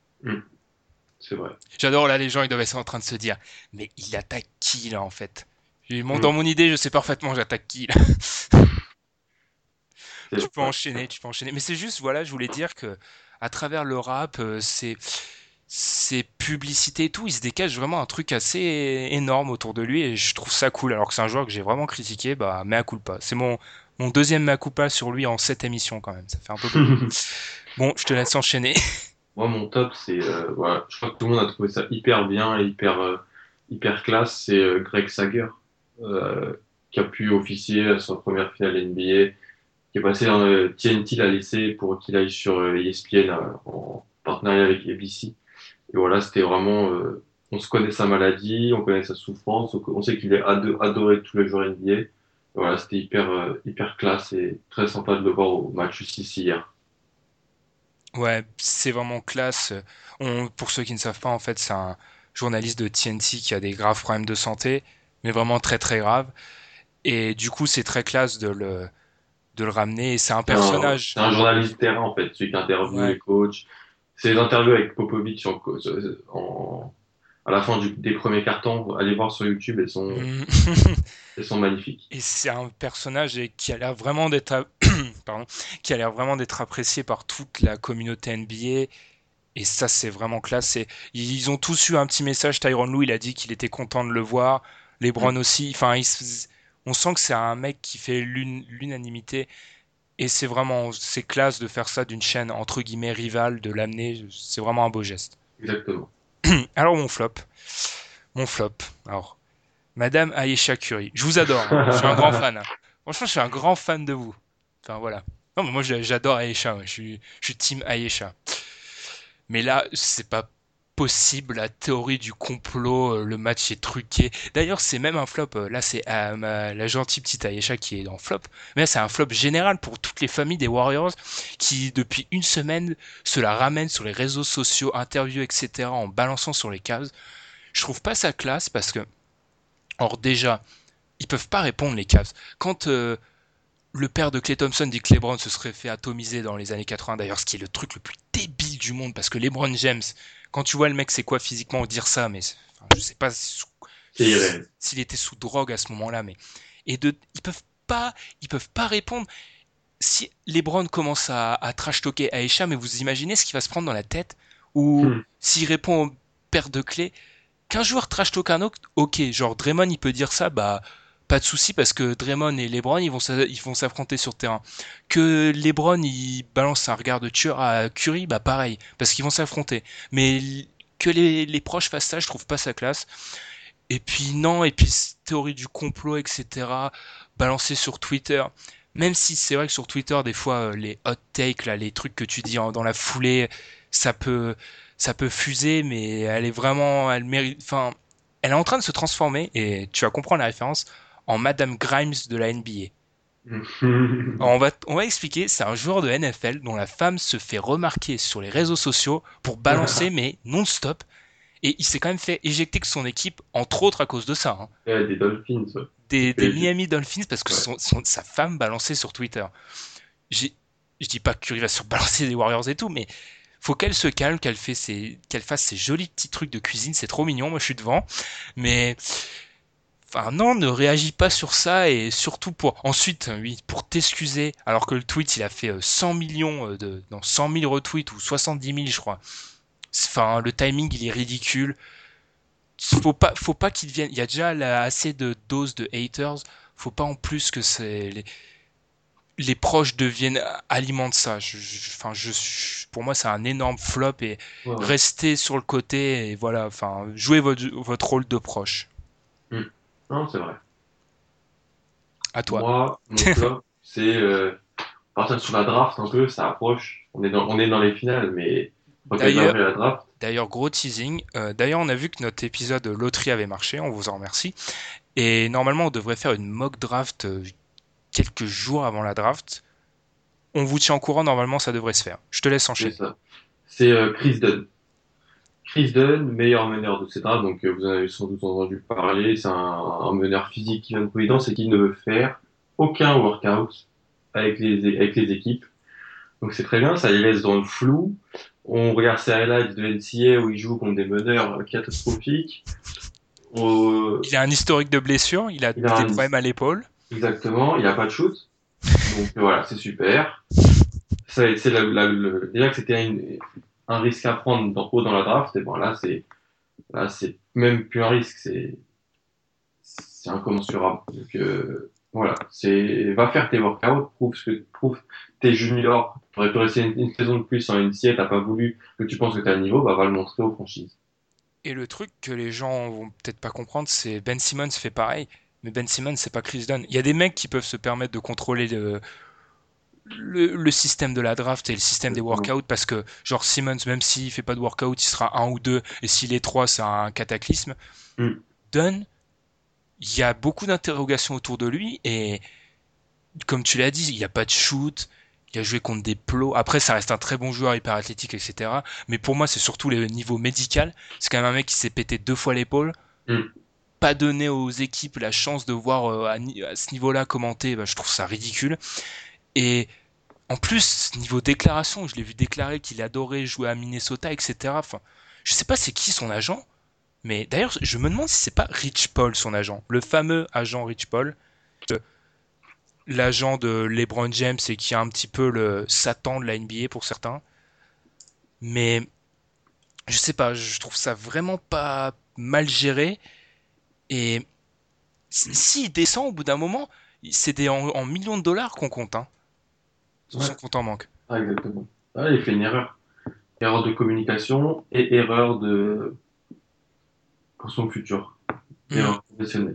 C'est vrai. J'adore là, les gens ils doivent être en train de se dire, mais il attaque qui là en fait? J'ai- mon- Mm. Dans mon idée, je sais parfaitement j'attaque qui là. C'est Tu peux vrai. enchaîner, tu peux enchaîner. Mais c'est juste, voilà, je voulais dire que à travers le rap, euh, c'est ces publicités et tout, il se dégage vraiment un truc assez énorme autour de lui et je trouve ça cool. Alors que c'est un joueur que j'ai vraiment critiqué, bah mea culpa. C'est mon mon deuxième mea culpa sur lui en sept émissions quand même. Ça fait un peu beaucoup. Bon, je te laisse enchaîner. Moi, mon top, c'est. Euh, voilà, je crois que tout le monde a trouvé ça hyper bien et hyper, euh, hyper classe. C'est euh, Greg Sager, euh, qui a pu officier à sa première finale N B A, qui est passé dans le T N T, l'a laissé pour qu'il aille sur euh, E S P N euh, en partenariat avec A B C. Et voilà, c'était vraiment. Euh, on se connaît sa maladie, on connaît sa souffrance, on, on sait qu'il est ado- adoré de tous les joueurs N B A. Et voilà, c'était hyper, euh, hyper classe et très sympa de le voir au match six hier. Ouais, c'est vraiment classe. On, pour ceux qui ne savent pas, en fait, c'est un journaliste de T N T qui a des graves problèmes de santé, mais vraiment très très graves. Et du coup, c'est très classe de le de le ramener. Et c'est un C'est un, personnage. c'est un journaliste terrain, en fait, celui qui interviewe Ouais. les coachs. C'est les interviews avec Popovic en, en- à la fin du- des premiers cartons. Allez voir sur YouTube, elles sont, Mm. elles sont magnifiques. Et c'est un personnage qui a l'air vraiment d'être, a- pardon, qui a l'air vraiment d'être apprécié par toute la communauté N B A. Et ça, c'est vraiment classe. Et ils ont tous eu un petit message. Tyronn Lue, il a dit qu'il était content de le voir. LeBron aussi. Enfin, il se- on sent que c'est un mec qui fait l'une- l'unanimité. Et c'est vraiment, c'est classe de faire ça d'une chaîne entre guillemets rivale, de l'amener, c'est vraiment un beau geste. Exactement. Alors mon flop, mon flop, alors, Madame Ayesha Curry, je vous adore, hein. Je suis un grand fan. Hein. Franchement, je suis un grand fan de vous. Enfin voilà. Non, mais moi j'adore Ayesha, ouais. je, suis, je suis team Ayesha. Mais là, c'est pas possible, la théorie du complot, euh, le match est truqué. D'ailleurs, c'est même un flop. euh, Là, c'est euh, ma- la gentille petite Ayesha qui est dans flop. Mais là, c'est un flop général pour toutes les familles des Warriors qui, depuis une semaine, se la ramènent sur les réseaux sociaux, interviews, et cetera, en balançant sur les Cavs. Je trouve pas ça classe parce que, or déjà, ils peuvent pas répondre les Cavs. Quand euh, le père de Klay Thompson dit que LeBron se serait fait atomiser dans les années quatre-vingts, d'ailleurs, ce qui est le truc le plus débile du monde, parce que LeBron James, quand tu vois le mec c'est quoi physiquement dire ça, mais enfin, je sais pas sous, s'il était sous drogue à ce moment-là, mais et de, ils peuvent pas, ils peuvent pas répondre. Si LeBron commence à, à trash talker Aisha, mais vous imaginez ce qu'il va se prendre dans la tête, ou hmm. s'il répond au père de Klay, qu'un joueur trash talk un autre, ok, genre Draymond il peut dire ça, bah pas de souci parce que Draymond et LeBron ils vont ils vont s'affronter sur le terrain. Que LeBron il balance un regard de tueur à Curry, bah pareil parce qu'ils vont s'affronter. Mais que les, les proches fassent ça, je trouve pas sa classe. Et puis non, et puis théorie du complot, et cetera. Balancé sur Twitter. Même si c'est vrai que sur Twitter des fois les hot takes là, les trucs que tu dis en, dans la foulée, ça peut ça peut fuser, mais elle est vraiment, elle mérite, enfin, elle est en train de se transformer et tu vas comprendre la référence. En Madame Grimes de la N B A. Alors on va, on va expliquer, c'est un joueur de N F L dont la femme se fait remarquer sur les réseaux sociaux pour balancer, mais non-stop. Et il s'est quand même fait éjecter de son équipe, entre autres à cause de ça. Hein. Ouais, des Dolphins. Ouais. Des, des Miami Dolphins, parce que son, son, sa femme balançait sur Twitter. J'ai, je dis pas que Curry va se balancer des Warriors et tout, mais faut qu'elle se calme, qu'elle, fait ses, qu'elle fasse ses jolis petits trucs de cuisine, c'est trop mignon, moi je suis devant. Mais... Enfin non, ne réagis pas sur ça et surtout pour ensuite oui pour t'excuser alors que le tweet il a fait cent millions de non cent mille retweets ou soixante-dix mille je crois. Enfin le timing il est ridicule. Faut pas faut pas qu'il devienne, il y a déjà là, assez de doses de haters, faut pas en plus que c'est les, les proches deviennent alimentent ça. Je, je, enfin je, je pour moi c'est un énorme flop et ouais. Restez sur le côté et voilà, enfin jouez votre votre rôle de proche. Mm. Non, c'est vrai. À toi. Moi, mon flop, c'est euh, partir sur la draft un peu, ça approche. On est dans, on est dans les finales, mais d'ailleurs, la draft. D'ailleurs, gros teasing. Euh, d'ailleurs, on a vu que notre épisode loterie avait marché, on vous en remercie. Et normalement, on devrait faire une mock draft euh, quelques jours avant la draft. On vous tient au courant, normalement, ça devrait se faire. Je te laisse enchaîner. C'est ça. C'est euh, Chris Dunn. Chris Dunn, meilleur meneur de cette draft, donc euh, vous en avez sans doute entendu parler, c'est un, un meneur physique qui vient de Providence et qui ne veut faire aucun workout avec les, avec les équipes. Donc c'est très bien, ça les laisse dans le flou. On regarde ses highlights de N C A A où il joue contre des meneurs catastrophiques. On... Il a un historique de blessures, il a il des a problèmes un... à l'épaule. Exactement, il n'a pas de shoot. Donc voilà, c'est super. Ça, c'est la, la, le... Déjà que c'était une... un risque à prendre dans, haut dans la draft, et bon là c'est là c'est même plus un risque, c'est c'est incommensurable. Donc euh, voilà, c'est va faire tes workouts, prouve ce que prouve tes juniors, tu aurais pu rester une, une saison de plus en N C A A, t'as pas voulu que tu penses que t'as le niveau, bah va le montrer aux franchises. Et le truc que les gens vont peut-être pas comprendre, c'est Ben Simmons fait pareil, mais Ben Simmons c'est pas Chris Dunn. Il y a des mecs qui peuvent se permettre de contrôler le Le, le système de la draft et le système des workouts parce que genre Simmons même s'il fait pas de workout il sera un ou deux et s'il est trois c'est un cataclysme. mm. Dunn, il y a beaucoup d'interrogations autour de lui et comme tu l'as dit il n'y a pas de shoot, il a joué contre des plots, après ça reste un très bon joueur hyper athlétique etc, mais pour moi c'est surtout le niveau médical, c'est quand même un mec qui s'est pété deux fois l'épaule. mm. Pas donné aux équipes la chance de voir euh, à, à ce niveau là commenter, bah, je trouve ça ridicule. Et en plus, niveau déclaration, je l'ai vu déclarer qu'il adorait jouer à Minnesota, et cetera. Enfin, je sais pas c'est qui son agent, mais d'ailleurs, je me demande si c'est pas Rich Paul son agent, le fameux agent Rich Paul, l'agent de LeBron James et qui est un petit peu le Satan de la N B A pour certains. Mais je sais pas, je trouve ça vraiment pas mal géré. Et s'il descend au bout d'un moment, c'est des en, en millions de dollars qu'on compte, hein. sur Ouais. son compte en banque. Ah, exactement. Ah, il fait une erreur. Erreur de communication et erreur de pour son futur. Mm. Erreur professionnelle.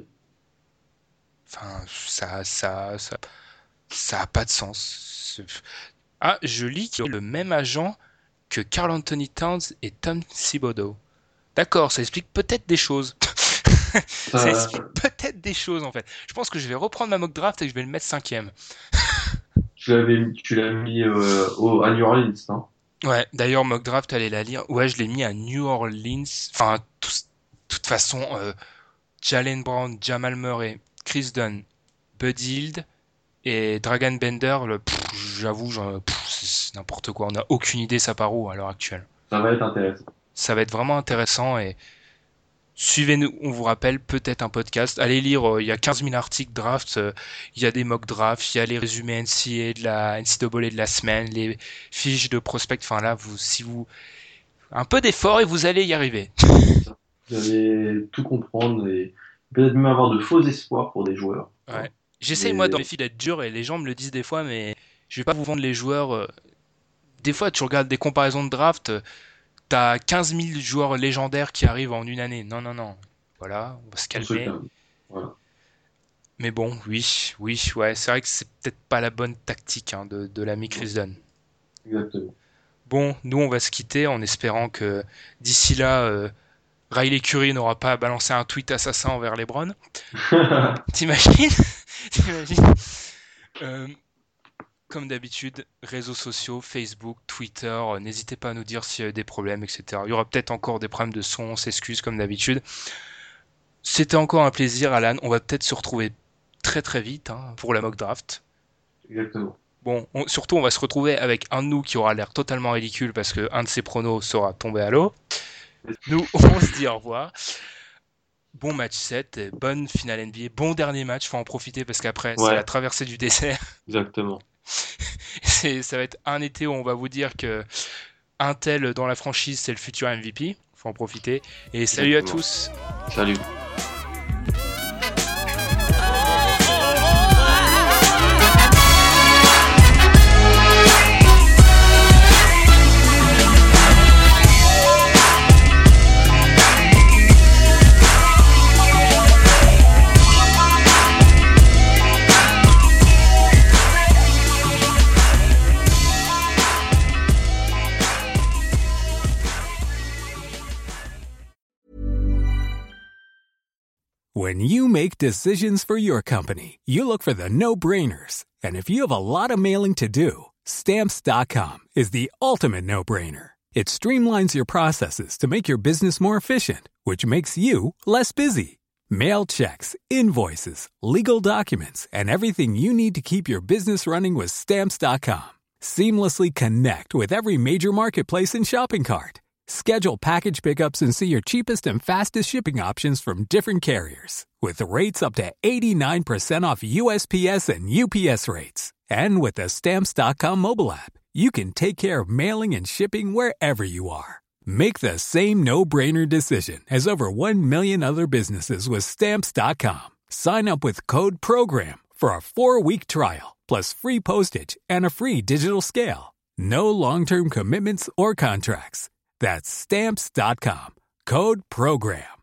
Enfin, ça, ça, ça, ça a pas de sens. C'est- Ah, je lis qu'il y a le même agent que Karl Anthony Towns et Tom Thibodeau. D'accord, ça explique peut-être des choses. ça Ça- explique peut-être des choses en fait. Je pense que je vais reprendre ma mock draft et je vais le mettre cinquième. Tu l'avais mis, tu l'as mis euh, au, à New Orleans, non? Ouais, d'ailleurs, mock draft, allez la lire. Ouais, je l'ai mis à New Orleans. Enfin, de toute façon, euh, Jalen Brown, Jamal Murray, Chris Dunn, Bud Hield et Dragan Bender, le, pff, j'avoue, j'en- pff, c'est c'est n'importe quoi. On n'a aucune idée ça part où à l'heure actuelle. Ça va être intéressant. Ça va être vraiment intéressant et suivez-nous, on vous rappelle, peut-être un podcast. Allez lire, euh, il y a quinze mille articles draft, euh, il y a des mock drafts, il y a les résumés N C A A de la N C A A de la semaine, les fiches de prospect. Enfin là, vous, si vous un peu d'effort et vous allez y arriver. Vous allez tout comprendre et peut-être même avoir de faux espoirs pour des joueurs. Ouais. J'essaye Mais- moi dans les filles d'être dur et les gens me le disent des fois, mais je vais pas vous vendre les joueurs. euh, Des fois, tu regardes des comparaisons de draft, euh, t'as quinze mille joueurs légendaires qui arrivent en une année. Non, non, non. Voilà, on va se On se calmer. calme. Voilà. Mais bon, oui, oui, ouais, c'est vrai que c'est peut-être pas la bonne tactique hein, de, de l'ami Chris Dunn. Exactement. Bon, nous on va se quitter en espérant que d'ici là, euh, Riley Curry n'aura pas balancé un tweet assassin envers LeBron. T'imagines? T'imagines? Euh, Comme d'habitude, réseaux sociaux, Facebook, Twitter, euh, n'hésitez pas à nous dire s'il y a des problèmes, et cetera. Il y aura peut-être encore des problèmes de son, on s'excuse comme d'habitude. C'était encore un plaisir, Alan. On va peut-être se retrouver très très vite hein, pour la mock draft. Exactement. Bon, on- surtout, on va se retrouver avec un de nous qui aura l'air totalement ridicule parce que un de ses pronos sera tombé à l'eau. Nous, on se dit au revoir. Bon match sept, et bonne finale N B A. Bon dernier match, faut en profiter parce qu'après, c'est Ouais. la traversée du désert. Exactement. C'est, ça va être un été où on va vous dire que un tel dans la franchise, c'est le futur M V P. Faut en profiter. Et salut à Exactement. tous. Salut. When you make decisions for your company, you look for the no-brainers. And if you have a lot of mailing to do, Stamps dot com is the ultimate no-brainer. It streamlines your processes to make your business more efficient, which makes you less busy. Mail checks, invoices, legal documents, and everything you need to keep your business running with Stamps dot com. Seamlessly connect with every major marketplace and shopping cart. Schedule package pickups and see your cheapest and fastest shipping options from different carriers. With rates up to eighty-nine percent off U S P S and U P S rates. And with the Stamps dot com mobile app, you can take care of mailing and shipping wherever you are. Make the same no-brainer decision as over one million other businesses with Stamps dot com. Sign up with code PROGRAM for a four-week trial, plus free postage and a free digital scale. No long-term commitments or contracts. That's Stamps dot com. Code PROGRAM.